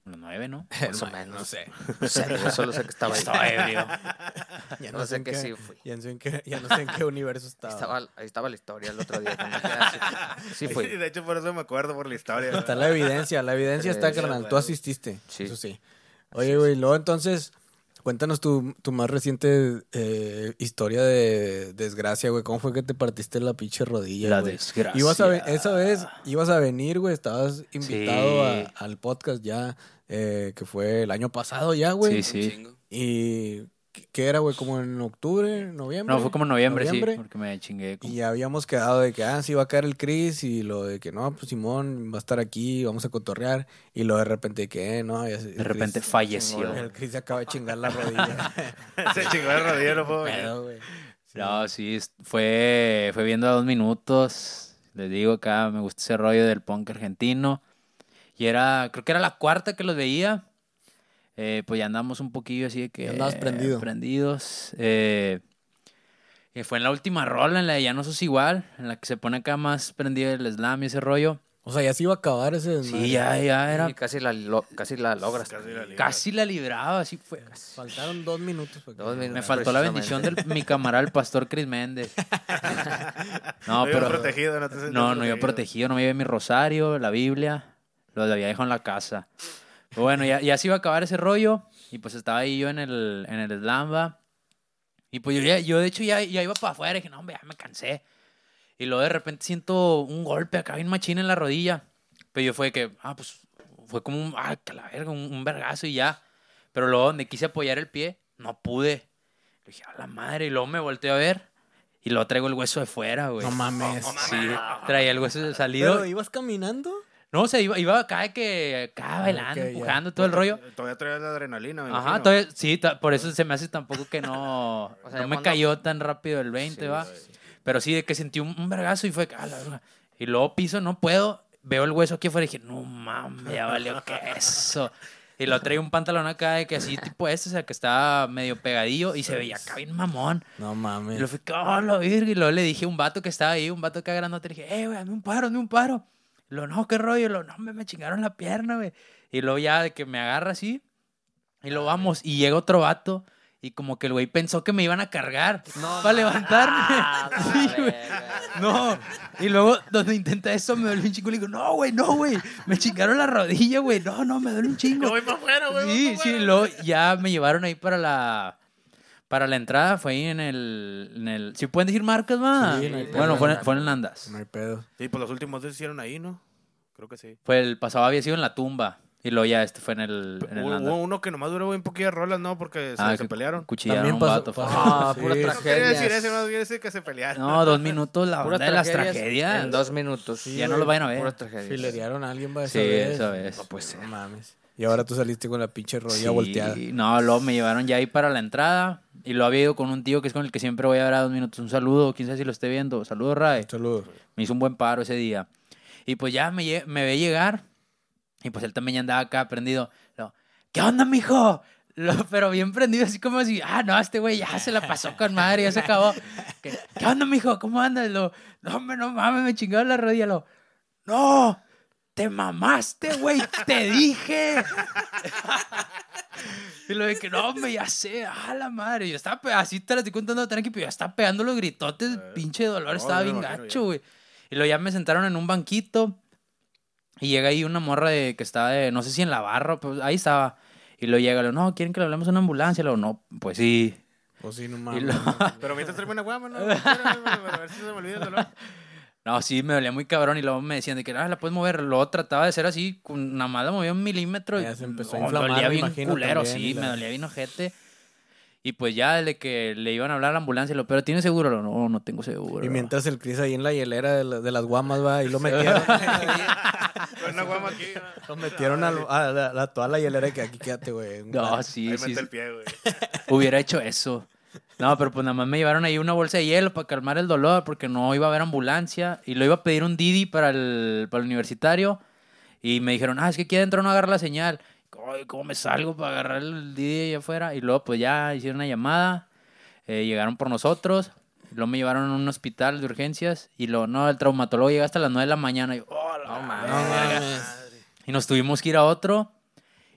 Los nueve, ¿no? Más o No, menos. No sé. No sé, yo solo sé que estaba ahí. Estaba ebrio. Ya No sé sé en que qué- sí fui. Ya no sé en qué, ya no sé en qué universo Ahí estaba. estaba, ahí estaba la historia el otro día. cuando dije, ah, sí, sí Y fui. de hecho, por eso me acuerdo por la historia. Está la evidencia, la evidencia Sí, está, sí, carnal. güey. Tú asististe. Sí. Eso sí. Oye, güey, luego entonces, cuéntanos tu, tu más reciente eh, historia de desgracia, güey. ¿Cómo fue que te partiste la pinche rodilla, La güey? desgracia. Ibas a ve- esa vez ibas a venir, güey. Estabas invitado Sí. a- al podcast ya, eh, que fue el año pasado ya, güey. Sí, Un sí. chingo. Y ¿qué- ¿qué era, güey? ¿Como en octubre, noviembre? No, fue como en noviembre, sí, porque me chingué. Como... Y ya habíamos quedado de que, ah, sí, va a caer el Chris. Y lo de que, no, pues Simón va a estar aquí, vamos a cotorrear. Y lo de repente, que, eh, no, ya se- el De repente Chris- falleció. El Chris se acaba de chingar la rodilla. Se chingó de rodilla, no puedo venir. Pedo, güey. No, sí, es- fue, fue viendo a dos minutos. Les digo, acá me gusta ese rollo del punk argentino. Y era, creo que era la cuarta que los veía. Eh, pues ya andamos un poquillo así de que... Ya andabas prendido. Prendidos. Eh, y fue en la última rola, en la de Ya no sos igual, en la que se pone acá más prendido el slam y ese rollo. O sea, ya se iba a acabar ese desmadre. Sí, ya, ya era... Y casi la, lo- casi la logras. Casi la liga. Casi la libraba, así fue. Faltaron dos minutos. para que- Dos minutos. Me faltó la bendición de mi camarada, el pastor Chris Méndez. No, No iba pero... protegido, no te sentías No, no iba protegido, no me llevé mi rosario, la Biblia, lo había dejado en la casa. Pero bueno, ya, ya se iba a acabar ese rollo y pues estaba ahí yo en el, en el Slamba. Y pues yo, ya, yo de hecho ya, ya iba para afuera y dije, no, hombre, ya me cansé. Y luego de repente siento un golpe acá bien machín en la rodilla. Pero yo fue que, ah, pues fue como un, ah, que la verga, un, un vergazo y ya. Pero luego donde quise apoyar el pie, no pude. Le dije, a la madre, y luego me volteé a ver y luego traigo el hueso de fuera, güey. No mames. Sí, traía el hueso salido. ¿Pero ibas caminando? No, o sea, iba, iba acá de que acá bailando, ok, ya. empujando todo el rollo. Todavía traes la adrenalina, me Ajá, imagino. todavía, sí, ta- por eso se me hace tampoco que no, O sea, no me cuando- cayó tan rápido el veinte, Sí, va. sí. Pero sí, de que sentí un, un vergazo y fue que, ah, la verga. Y luego piso, no puedo, veo el hueso aquí afuera y dije, no mames, ya valió queso. Y luego traía un pantalón acá de que así tipo este, o sea, que estaba medio pegadillo y se veía acá bien mamón. No Y mames. lo fui, oh, la virga. Y luego le dije a un vato que estaba ahí, un vato acá grandote, le dije, eh, güey, dame un paro, dame un paro. Y lo, no, qué rollo. Y lo, no, me, me chingaron la pierna, güey. Y luego ya de que me agarra así. Y lo vamos. Y llega otro vato. Y como que el güey pensó que me iban a cargar para levantarme. Sí, güey. No. Y luego, donde intenta eso, me duele un chingo. Le digo, no, güey, no, güey. Me chingaron la rodilla, güey. No, no, me duele un chingo. Yo voy para afuera, güey. voy Sí, pa' sí, afuera. luego ya me llevaron ahí para la para la entrada, fue ahí en el, en el ¿sí pueden decir marcas, va? Sí, no hay Bueno, problema. fue, en- fue en el Nandas. No hay pedo. Sí, pues los últimos dos se hicieron ahí, ¿no? Creo que sí. Fue el pasado había sido en la tumba y luego ya este fue en el, en el Hubo, Nandas. hubo uno que nomás duró bien poquillas rolas, ¿no? Porque se, Ah, se que pelearon. Cuchillaron También un pasó- vato. pasó- Ah, Sí. pura No No quería decir tragedia. eso, no quería decir que se pelearon. No, dos minutos, la Puras onda de las tragedias tragedias. En dos minutos. Sí, ya no güey. lo vayan a ver. Puras tragedias. Filerearon a alguien, va, esa Sí, vez. esa vez. No, pues, no mames. Y ahora tú saliste con la pinche rodilla Sí, volteada. no, luego me llevaron ya ahí para la entrada y lo había ido con un tío que es con el que siempre voy a ver a dos minutos. Un saludo, quién sabe si lo esté viendo. Saludos, Rae. Saludos. Me hizo un buen paro ese día. Y pues ya me, lle- me ve llegar. Y pues él también ya andaba acá prendido. Lo, ¿qué onda, mijo? Lo- pero bien prendido, así como así. Ah, no, este güey ya se la pasó con madre, ya se acabó. ¿Qué, ¿qué onda, mijo? ¿Cómo andas? Lo, no, hombre, no mames, me chingaron la rodilla. Lo, no, te mamaste, güey, te dije. Y lo de que no, hombre, ya sé, ah, la madre. Yo estaba pe- así, te la estoy contando tranqui, pero ya estaba pegando los gritotes, pinche dolor, no, estaba me bien imagino gacho, ya. güey. Y luego ya me sentaron en un banquito. Y llega ahí una morra de que estaba de, no sé si en la barra, pues ahí estaba. Y luego llega, lo, no, ¿quieren que le hablemos a una ambulancia? Lo, no, pues sí. Pues sí, no Y mames. lo- Pero mientras traerme una guama, ¿no? A ver si se me olvida el dolor. No, sí, me dolía muy cabrón. Y luego me decían de que, ah, la puedes mover. Luego trataba de ser así, con nada más la movía un milímetro. y Ya se empezó a no, inflamar, dolía me bien imagino, culero, también, sí, y la- me dolía bien ojete. Y pues ya de que le iban a hablar a la ambulancia, lo, pero ¿tiene seguro? Lo, no, no tengo seguro. Y mientras el Chris ahí en la hielera de, la- de las guamas, va, y lo metieron. Con una guama aquí. ¿no? lo metieron al- a, la, a toda la hielera y que aquí quédate, güey. No, sí, Ahí sí, mete sí. el pie, güey. Hubiera hecho eso. No, pero pues nada más me llevaron ahí una bolsa de hielo para calmar el dolor porque no iba a haber ambulancia y lo iba a pedir un Didi para el, para el universitario y me dijeron, ah, es que aquí adentro no agarra la señal. Ay, ¿cómo me salgo para agarrar el Didi allá afuera? Y luego pues ya hicieron una llamada, eh, llegaron por nosotros, y luego me llevaron a un hospital de urgencias y luego, no, el traumatólogo llega hasta las nueve de la mañana y, yo, oh, la No mames. verga". mames. Y nos tuvimos que ir a otro.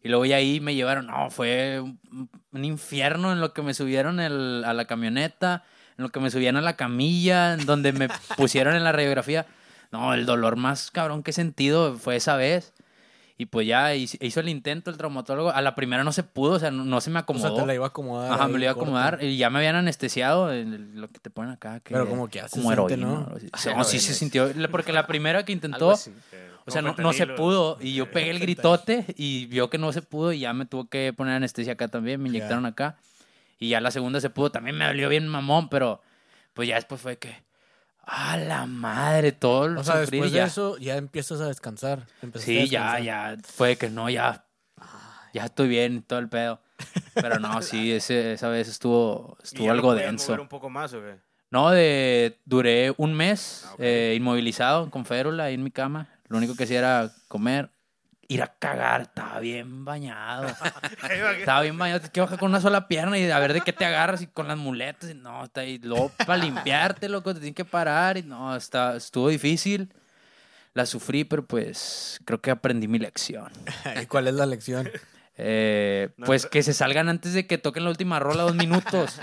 Y luego ya ahí me llevaron, no, fue un, un infierno en lo que me subieron el, a la camioneta, en lo que me subían a la camilla, en donde me pusieron en la radiografía. No, el dolor más cabrón que he sentido fue esa vez. Y pues ya hizo el intento el traumatólogo. A la primera no se pudo, o sea, no, no se me acomodó. O sea, te la iba a acomodar. Ajá, me lo iba a corto. acomodar. Y ya me habían anestesiado, el- lo que te ponen acá. Que, Pero como que ya se como siente, heroína, ¿no? algo así. No, sí se sintió. Porque la primera que Algo intentó, así. o sea, no, Como no se fentanilo. pudo. Y yo pegué el gritote y vio que no se pudo y ya me tuvo que poner anestesia acá también. Me inyectaron acá. Y ya la segunda se pudo. También me dolió bien mamón, pero pues ya después fue que... ¡Ah, la madre! Todo el O sea, sufrir después y ya. de eso ya empiezas a descansar. Empezaste a Sí, ya, descansar. ya. Fue que no, ya. Ya estoy bien, todo el pedo. Pero no, sí, ese, esa vez estuvo, ¿Y estuvo ya lo algo podías denso. mover un poco más o qué? No, de, duré un mes Ah, ok. eh, inmovilizado con férula ahí en mi cama. Lo único que hacía era comer, ir a cagar. Estaba bien bañado. Estaba bien bañado. Tienes que bajar con una sola pierna y a ver de qué te agarras y con las muletas. Y no, está ahí. Luego para limpiarte, loco, te tienes que parar. Y no, está, estuvo difícil. La sufrí, pero pues creo que aprendí mi lección. ¿Y cuál es la lección? Eh, No, pues pero- que se salgan antes de que toquen la última rola dos minutos.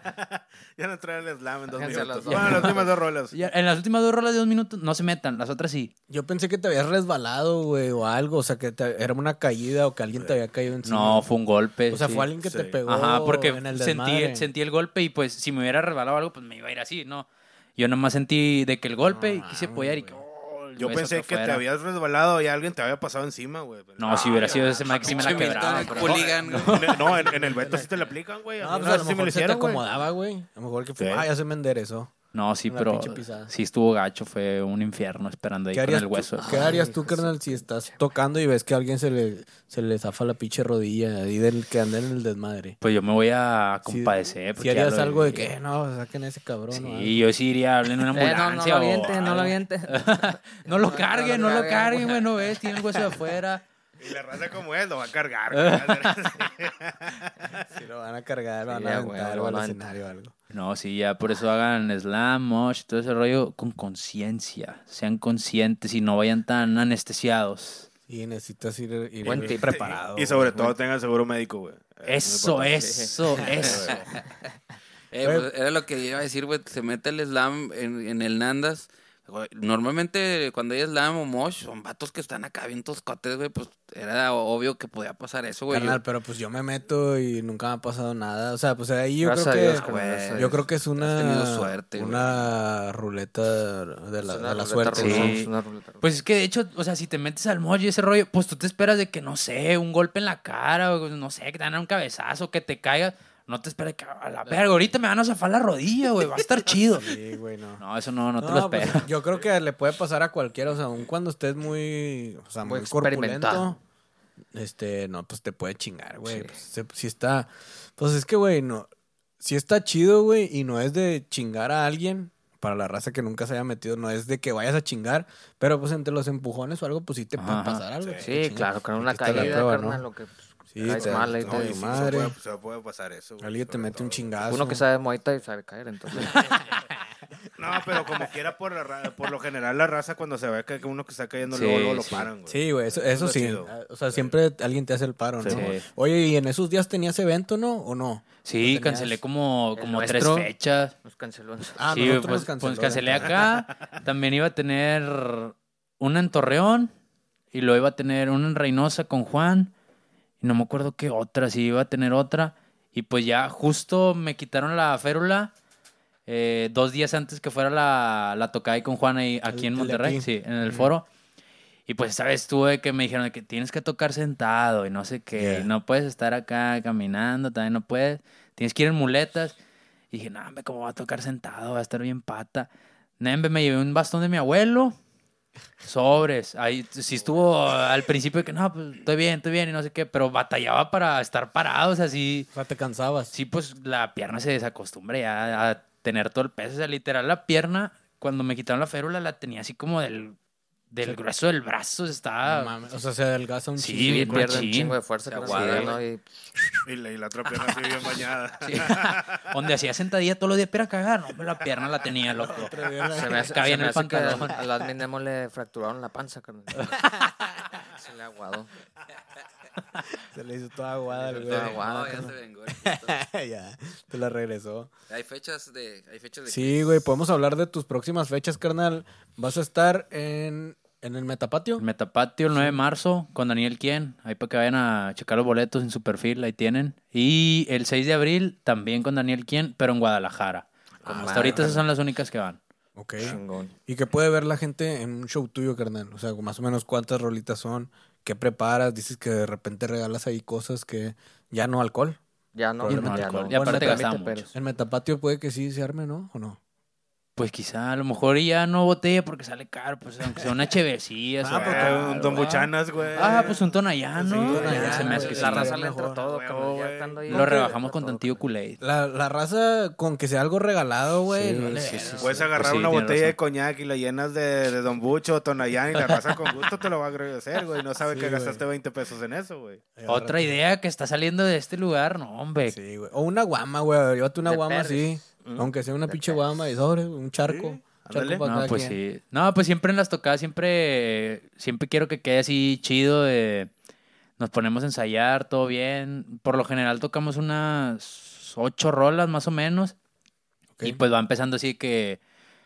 Ya no trae el slam en dos Háganse minutos. las dos. Bueno, las últimas dos rolas. Ya, en las últimas dos rolas de dos minutos no se metan, las otras sí. Yo pensé que te habías resbalado, güey, o algo. O sea, que te- era una caída o que alguien te había caído encima. No, fue un golpe. O sea, sí. fue alguien que te Sí. pegó Ajá, porque en el sentí, desmadre. sentí el golpe y pues si me hubiera resbalado algo, pues me iba a ir así, ¿no? Yo nomás sentí de que el golpe y No quise mames, apoyar y güey. que... oh, el Yo hueso pensé acá que te afuera. habías resbalado y alguien te había pasado encima, güey. Pero- No, si hubiera sido ese Mike, sí me la Pinche quebraba. Milton, pero- hooligan, güey. No, en, en el Beto sí te la aplican, güey. No, mí pues una a vez lo sí me mejor lo se te hicieron, güey. acomodaba, güey. A lo mejor que fue, Sí. ah, ya se me enderezó. No, sí, Una pero pinche pisada. sí estuvo gacho, fue un infierno esperando ahí ¿Qué con harías, el hueso. tú, ¿qué harías tú, carnal, si estás tocando y ves que a alguien se le, se le zafa la pinche rodilla ahí del que anda en el desmadre? Pues yo me voy a Si- compadecer. Si porque ya harías lo algo de viví. que, no, saquen a ese cabrón o algo. Sí, yo sí iría en una Eh, ambulancia. no, no lo o aviente, no lo algo. aviente. No lo carguen, no lo carguen, carguen, güey. güey, no ves, tiene el hueso de afuera. Y la raza como es, lo va a cargar, güey. Si lo van a cargar, lo Sí, van a ya, güey, aventar lo o al van a escenario o algo. No, sí, ya por eso hagan slam, mosh, todo ese rollo con conciencia. Sean conscientes y no vayan tan anestesiados. Y necesitas ir, ir Buen tip. preparado. Y sobre güey. todo tengan seguro médico, güey. Eso, muy importante. eso, eso. Eh, pues, era lo que iba a decir, güey. Se mete el slam en, en el Nandas. Güey, normalmente cuando hay slam o mosh, son vatos que están acá bien toscotes, güey. Pues era obvio que podía pasar eso, güey. Carnal, Yo- pero pues yo me meto y nunca me ha pasado nada. O sea, pues ahí yo Gracias a creo Dios, que... carnal, gracias a Yo Dios. creo que es una... Has tenido suerte, güey. Una ruleta de la, Es una de la ruleta suerte. rusa, Sí. ¿no? es una ruleta rusa. Pues es que de hecho, o sea, si te metes al mosh y ese rollo, pues tú te esperas de que, no sé, un golpe en la cara, o no sé, que te dan un cabezazo, que te caigas. No te esperes que a la verga, ahorita me van a zafar la rodilla, güey, va a estar chido. Sí, güey, no. No, eso no, no te No, lo pues, esperas. yo creo que le puede pasar a cualquiera, o sea, aun cuando estés muy, o sea, muy, Muy corpulento, experimentado. este, no, pues te puede chingar, güey. Sí. Pues, se- si está, pues es que, güey, no, si está chido, güey, y no es de chingar a alguien, para la raza que nunca se haya metido, no es de que vayas a chingar, pero pues entre los empujones o algo, pues sí te puede Ajá. pasar algo. Sí, te Sí, chingas. claro, con una Aquí está la caída, prueba, carnal, ¿no? lo que pues, Sí, caes te- mal ahí no, te- y sí, madre. Se puede, se puede pasar eso, güey. Alguien te sobre mete un todo. chingazo. Uno que sabe Muay Thai sabe caer, entonces. No, pero como quiera, por, la ra- por lo general, la raza cuando se ve que que uno que está cayendo, Sí, luego, luego lo sí. paran, güey. Sí, güey, eso, es eso lo sí. chido. O sea, siempre alguien te hace el paro, ¿no? Sí. Oye, ¿y en esos días tenías evento, no? ¿O no? Sí, ¿Lo tenías? cancelé como, El como tres nuestro. fechas. Nos canceló. Ah, Sí, nosotros pues, nos canceló, pues cancelé ¿verdad? acá. También iba a tener una en Torreón y luego iba a tener una en Reynosa con Juan. Y no me acuerdo qué otra, sí iba a tener otra. Y pues ya justo me quitaron la férula eh, dos días antes que fuera la, la tocada ahí con Juan ahí, aquí El- en el de Monterrey, aquí. sí, en el foro. Y pues, ¿sabes? Tuve que me dijeron que tienes que tocar sentado y no sé qué. Yeah. Y no puedes estar acá caminando, también no puedes. Tienes que ir en muletas. Y dije, no, hombre, ¿cómo va a tocar sentado? Va a estar bien pata. Nembe, me llevé un bastón de mi abuelo. Sobres. Ahí sí estuvo al principio de que no, pues estoy bien, estoy bien y no sé qué. Pero batallaba para estar parado. O sea, sí, O sea, te cansabas. sí, pues la pierna se desacostumbra ya a tener todo el peso. O sea, literal, la pierna, cuando me quitaron la férula, la tenía así como del, del grueso del brazo. Estaba. No mames, o sea, se adelgaza un Sí, chingo. bien pierde un machín. chingo de fuerza. Se con aguada, el ¿no? Y Y la, y la otra pierna así bien bañada. Sí. Donde hacía sentadilla todos los días para cagar. No, hombre, la pierna la tenía, loco. se me hace, Cabía se en me el hace que al, pantalón. al Admin Nemo le fracturaron la panza, carnal. Se le aguado. Se le hizo toda aguada al güey. toda aguada. No, ya se vengó. el puto. Ya, te la regresó. Hay fechas de... Hay fechas de Sí, güey, podemos hablar de tus próximas fechas, carnal. Vas a estar en, en el Metapatio. El Metapatio el nueve de marzo con Daniel Quien. Ahí para que vayan a checar los boletos en su perfil, ahí tienen. Y el seis de abril también con Daniel Quien, pero en Guadalajara. Con Hasta madre, ahorita esas carnal. son las únicas que van. Ok. Chingón. ¿Y qué puede ver la gente en un show tuyo, carnal? O sea, más o menos cuántas rolitas son, qué preparas, dices que de repente regalas ahí cosas que ya no alcohol. Ya no, Y no ya alcohol. no. Y aparte Bueno, gastamos permite, mucho. pero- En Metapatio puede que sí se arme, ¿no? ¿O no? Pues quizá a lo mejor ya no botella porque sale caro, pues aunque sea una chevecilla. Ah, suave, porque un Don ¿verdad? Buchanas, güey. Ah, pues un tonallano. Sí, Ya tonallano, se me hace güey. que La sí. raza le mejor. entra todo, Güey, cabrón. Ya güey. estando ahí. Lo rebajamos entra con todo, tantillo cabrón. Kool-Aid. La, la raza con que sea algo regalado, güey. Sí, no le sí, verga. sí, Puedes sí. agarrar Pues sí, una tienes botella de razón. coñac y la llenas de, de Don Bucho o Tonayán y la raza con gusto te lo va a agradecer, güey. No sabe Sí, que güey. gastaste veinte pesos en eso, güey. Otra idea que está saliendo de este lugar, no, hombre. Sí, güey. O una guama, güey. Llévate una De guama perris. así. Aunque sea una pinche guama y sobre, un charco. Sí, Charco ándale. para No, cada pues quien. sí. No, pues siempre en las tocadas, siempre, siempre quiero que quede así chido. De, nos ponemos a ensayar, todo bien. Por lo general tocamos unas ocho rolas más o menos. Ok. Y pues va empezando así que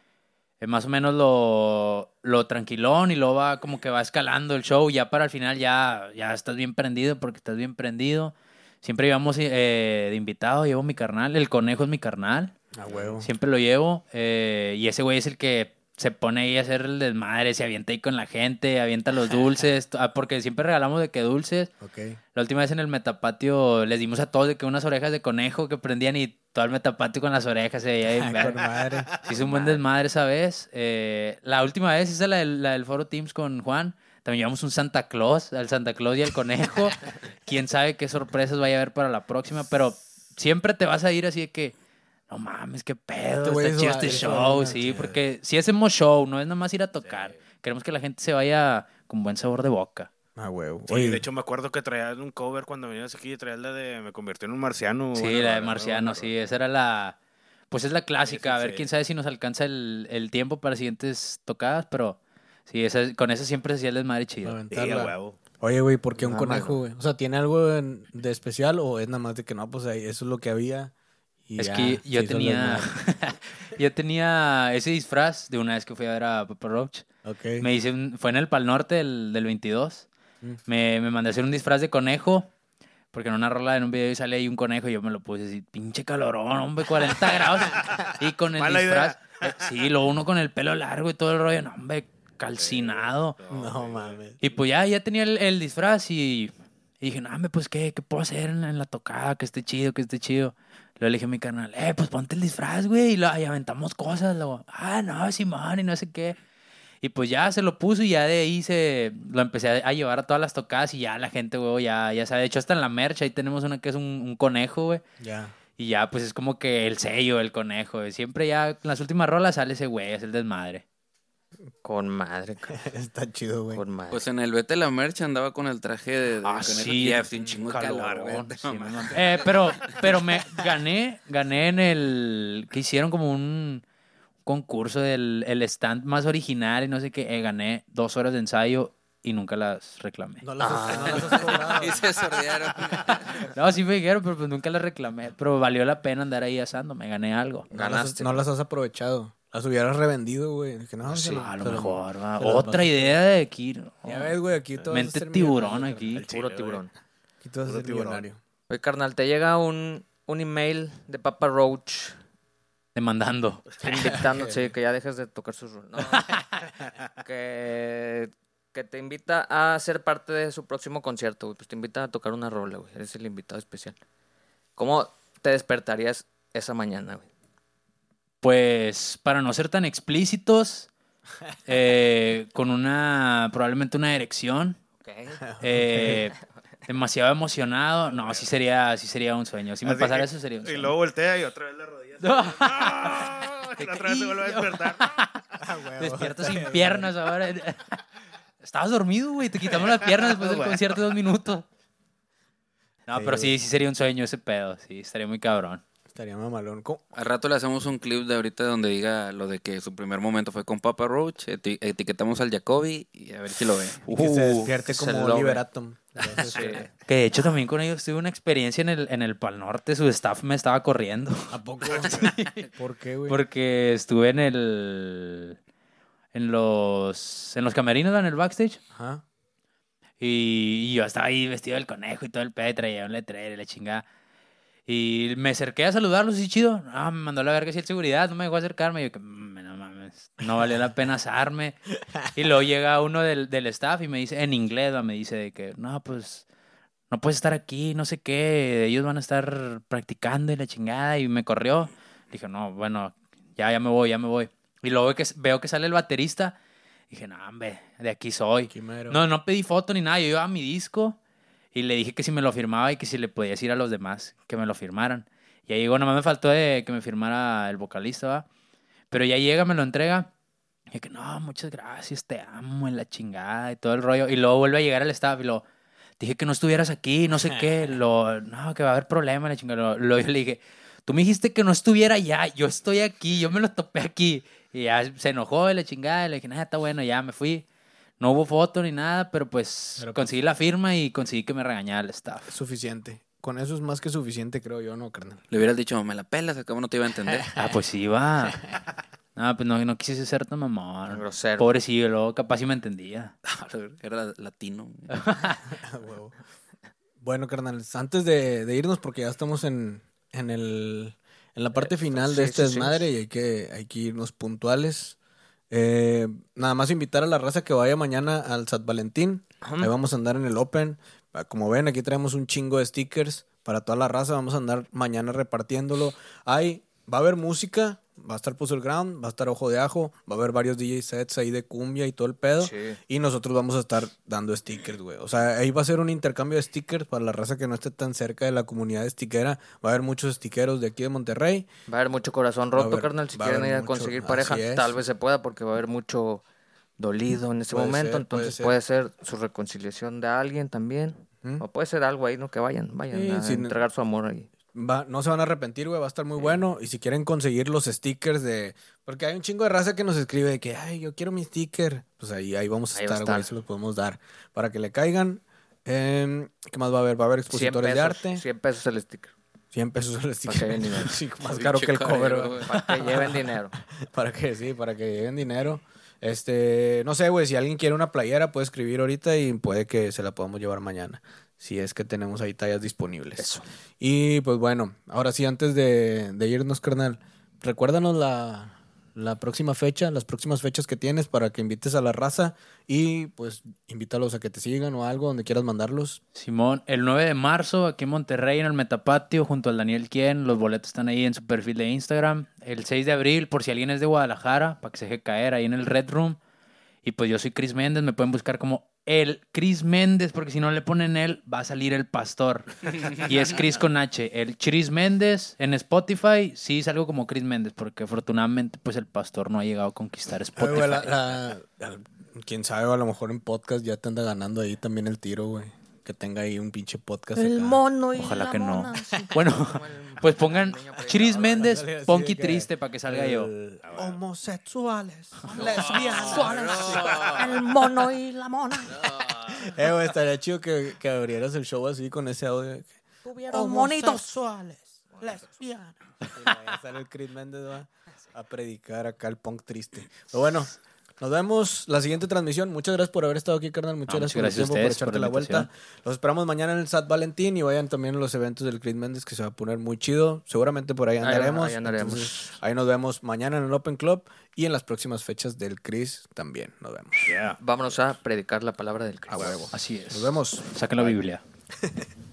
eh, más o menos lo, lo tranquilón y luego va como que va escalando el show. Ya para el final ya, ya estás bien prendido porque estás bien prendido. Siempre llevamos eh, de invitado, llevo mi carnal. El conejo es mi carnal. A huevo. Siempre lo llevo. eh, y ese güey es el que se pone ahí a hacer el desmadre, se avienta ahí con la gente, avienta los dulces. ah, porque siempre regalamos de que dulces. Ok. La última vez en el Metapatio les dimos a todos de que unas orejas de conejo que prendían y todo el Metapatio con las orejas se veía bien Con verga. madre. Se hizo un buen desmadre esa vez. Eh, la última vez, esa la del, la del Foro Teams con Juan. También llevamos un Santa Claus, al Santa Claus y al conejo. Quién sabe qué sorpresas vaya a haber para la próxima, pero siempre te vas a ir así de que, no mames, qué pedo, Este güey está hizo- chido este hizo show, una- sí, sí. porque si hacemos show, no es nada más ir a tocar. Queremos que la gente se vaya con buen sabor de boca. A huevo. Sí, Oye, de hecho me acuerdo que traías un cover cuando venías aquí, traías la de Me convirtió en un marciano. Sí, Bueno, la de bueno, Marciano, bueno, sí, esa era la... Pues es la clásica, a Sí, sí, ver sí. quién sabe si nos alcanza el, el tiempo para siguientes tocadas, pero sí, esa, con eso siempre se hacía el desmadre para chido. Sí, aventarla. a huevo. Oye, güey, ¿por qué un Nada más, conejo, güey? O sea, ¿tiene algo en- de especial o es nada más de que no, pues ahí, eso es lo que había? Y Es ya que se yo hizo el tenía, desmadre? yo tenía ese disfraz de una vez que fui a ver a Papa Roach. Ok. Me hice un- fue en el Pal Norte del, del veintidós. Mm. Me, me mandé a hacer un disfraz de conejo. Porque en una rola, en un video, sale ahí un conejo y yo me lo puse así, pinche calorón, hombre, cuarenta grados. Y con el Mala disfraz, eh, sí, lo uno con el pelo largo y todo el rollo, no, hombre, calcinado. No mames. Y pues ya, ya tenía el, el disfraz y, y dije, no, hombre, pues, ¿qué, ¿qué puedo hacer en la, en la tocada? Que esté chido, que esté chido. Luego le dije a mi carnal, eh, pues ponte el disfraz, güey, y, lo, y aventamos cosas. Luego, ah, no, Simón, y no sé qué. Y pues ya se lo puso y ya de ahí se lo empecé a, a llevar a todas las tocadas y ya la gente, güey, ya, ya sabe. De hecho, hasta en la merch ahí tenemos una que es un, un conejo, güey. Ya. Y ya, pues es como que el sello del conejo, güey. Siempre ya en las últimas rolas sale ese güey, es el desmadre. Con madre, cabrón, Está chido, güey. con madre. Pues en el Vete la Merch andaba con el traje de, de Ah, conejo sí, y hace un chingo de calor, calorón, güey. sí, me mamé. Eh, pero, pero me gané, gané en el que hicieron como un concurso del el stand más original y no sé qué. Eh, gané dos horas de ensayo y nunca las reclamé. No las, has- no las has cobrado. Y se sordearon. No, sí me dijeron, pero pues nunca las reclamé. Pero valió la pena andar ahí asando, me gané algo. No las, has- Ganaste. no las has aprovechado. Las hubieras revendido, güey. Dije, no, se Sí, lo- a lo se lo- mejor, va. se las Otra vas- idea de aquí. ¿no? Ya ves, güey, aquí todo Mente tiburón aquí. Puro tiburón. Aquí todo es Puro ser tiburón. millonario. Oye, carnal, te llega un, un email de Papa Roach Demandando. invitando, sí, que ya dejes de tocar sus rolas. No, que, que te invita a ser parte de su próximo concierto, güey. Pues te invita a tocar una rola, güey. Eres el invitado especial. ¿Cómo te despertarías esa mañana, güey? Pues para no ser tan explícitos, eh, con una, probablemente una erección, Ok. eh, demasiado emocionado. No, sí sería, sí sería un sueño. Si me Así pasara que- eso sería un Y sueño. luego voltea y otra vez la rodilla. No. ¡Ah! Y la otra vez se vuelve a despertar. Ah, güey, Despierto está sin bien. piernas ahora. Estabas dormido, güey. Te quitamos las piernas después del concierto de dos minutos. No, Sí, pero sí, güey. sí sería un sueño ese pedo. Sí, estaría muy cabrón. Estaría mamalón. ¿Cómo? Al rato le hacemos un clip de ahorita donde diga lo de que su primer momento fue con Papa Roach. eti- etiquetamos al Jacoby y a ver si lo ve. Y que se Uh, despierte se como lo Oliver ve. Atom. Gracias, Sí. carnal. Que de hecho también con ellos tuve una experiencia en el, en el Pal Norte. Su staff me estaba corriendo. ¿A poco? ¿Por qué, güey? Porque estuve en el... En los... En los camerinos, en el backstage. Ajá. Y, y yo estaba ahí vestido del conejo y todo el pedo. Traía un letrero y la chingada. Y me acerqué a saludarlos y chido. Ah, me mandó a la verga si el seguridad. No me dejó acercarme. Y yo que... "Mm, no mames. No valió la pena asarme". Y luego llega uno del, del staff y me dice... En inglés, ¿va? Me dice de que... No, pues... No puedes estar aquí, no sé qué. Ellos van a estar practicando y la chingada. Y me corrió. Dije, no, bueno, ya, ya me voy, ya me voy. Y luego veo que, veo que sale el baterista. Dije, no, hombre, de aquí soy. Quimero. No, no pedí foto ni nada. Yo iba a mi disco y le dije que si me lo firmaba y que si le podía decir a los demás que me lo firmaran. Y ahí llegó, nomás me faltó de que me firmara el vocalista, ¿va? Pero ya llega, me lo entrega. Y dije, no, muchas gracias, te amo, en la chingada y todo el rollo. Y luego vuelve a llegar el staff y lo dije que no estuvieras aquí, no sé qué. Lo, no, que va a haber problema, la chingada. Lo, lo- yo le dije, tú me dijiste que no estuviera allá, yo estoy aquí, yo me lo topé aquí. Y ya se enojó de la chingada. Y le dije, nada, está bueno, ya me fui. No hubo foto ni nada, pero pues Pero, pues, conseguí la firma y conseguí que me regañara el staff. Es suficiente. Con eso es más que suficiente, creo yo, ¿no, carnal? Le hubieras dicho, me la pelas, acabo no te iba a entender. Ah, pues sí, va. No, pues no, no quise ser tan mamón. Grosero. Pobrecillo, luego capaz sí me entendía. Era latino. A huevo. Bueno, carnal, antes de, de irnos, porque ya estamos en, en, el, en la parte final de sí, este sí, sí. desmadre y hay que, hay que irnos puntuales. Eh, nada más invitar a la raza que vaya mañana al San Valentín. Ahí vamos a andar en el Open. Ah, Como ven, aquí traemos un chingo de stickers para toda la raza. Vamos a andar mañana repartiéndolo. Hay, va a haber música, va a estar Puzzle Ground, va a estar Ojo de Ajo, va a haber varios D J sets ahí de cumbia y todo el pedo. Sí. Y nosotros vamos a estar dando stickers, güey. O sea, ahí va a ser un intercambio de stickers para la raza que no esté tan cerca de la comunidad stickera. Va a haber muchos stickeros de aquí de Monterrey. Va a haber mucho corazón Va a roto, haber- carnal. Si va a quieren haber ir a mucho- conseguir así pareja, es. tal vez se pueda porque va a haber mucho dolido en ese Puede momento. ser, puede entonces ser. puede ser su reconciliación de alguien también. ¿Mm? O puede ser algo ahí, ¿no? Que vayan, vayan Sí, a sí, no- entregar su amor ahí. Va, no se van a arrepentir, güey, va a estar muy bueno. Y si quieren conseguir los stickers de... Porque hay un chingo de raza que nos escribe de que, ay, yo quiero mi sticker. Pues ahí, ahí vamos a Ahí va a estar, güey, estar. se los podemos dar. Para que le caigan. Em, ¿Qué más va a haber? Va a haber cien expositores pesos, de arte. cien pesos el sticker. cien pesos el sticker. que lleven dinero. Sí, más caro que el Pinche cover, caballero, güey. güey. Para que lleven dinero. Para que, sí, para que lleven dinero. Este, no sé, güey, si alguien quiere una playera, puede escribir ahorita y puede que se la podamos llevar mañana. Si es que tenemos ahí tallas disponibles. Eso. Y pues bueno, ahora sí, antes de, de irnos, carnal, recuérdanos la, la próxima fecha, las próximas fechas que tienes para que invites a la raza y pues invítalos a que te sigan o algo donde quieras mandarlos. Simón, el nueve de marzo, aquí en Monterrey, en el Metapatio, junto al Daniel Quien. Los boletos están ahí en su perfil de Instagram. El seis de abril, por si alguien es de Guadalajara, para que se deje caer ahí en el Red Room. Y pues yo soy Chris Méndez, me pueden buscar como el Chris Méndez, porque si no le ponen él, va a salir el pastor. Y es Chris con H. El Chris Méndez en Spotify, sí salgo como Chris Méndez, porque afortunadamente pues el pastor no ha llegado a conquistar Ay, Spotify. güey, la- la- la- quién sabe, a lo mejor en podcast ya te anda ganando ahí también el tiro, güey. Que tenga ahí un pinche podcast acá. mono y Ojalá que no. Bueno, pues pongan Chris Méndez, Punky Triste, para que salga yo. El- Homosexuales, lesbianas. El mono y la mona. Eh, güey, estaría chido que, que abrieras el show así con ese audio. de que, Tuvieron monitos. Homosexuales, lesbianas. Y luego ya sale el Chris Méndez, va a predicar acá el punk triste. Pero bueno, nos vemos la siguiente transmisión. Muchas gracias por haber estado aquí, carnal. Muchas No, gracias, muchas gracias a por el tiempo, por ustedes por echarte la la, vuelta. invitación. Los esperamos mañana en el San Valentín y vayan también a los eventos del Chris Méndez que se va a poner muy chido. Seguramente por ahí Ahí- andaremos. ahí andaremos. Entonces, ahí nos vemos mañana en el Open Club y en las próximas fechas del Chris también. Nos vemos. Yeah. Vámonos a predicar la palabra del Cristo. A huevo. Así es. Nos vemos. Saquen la Biblia.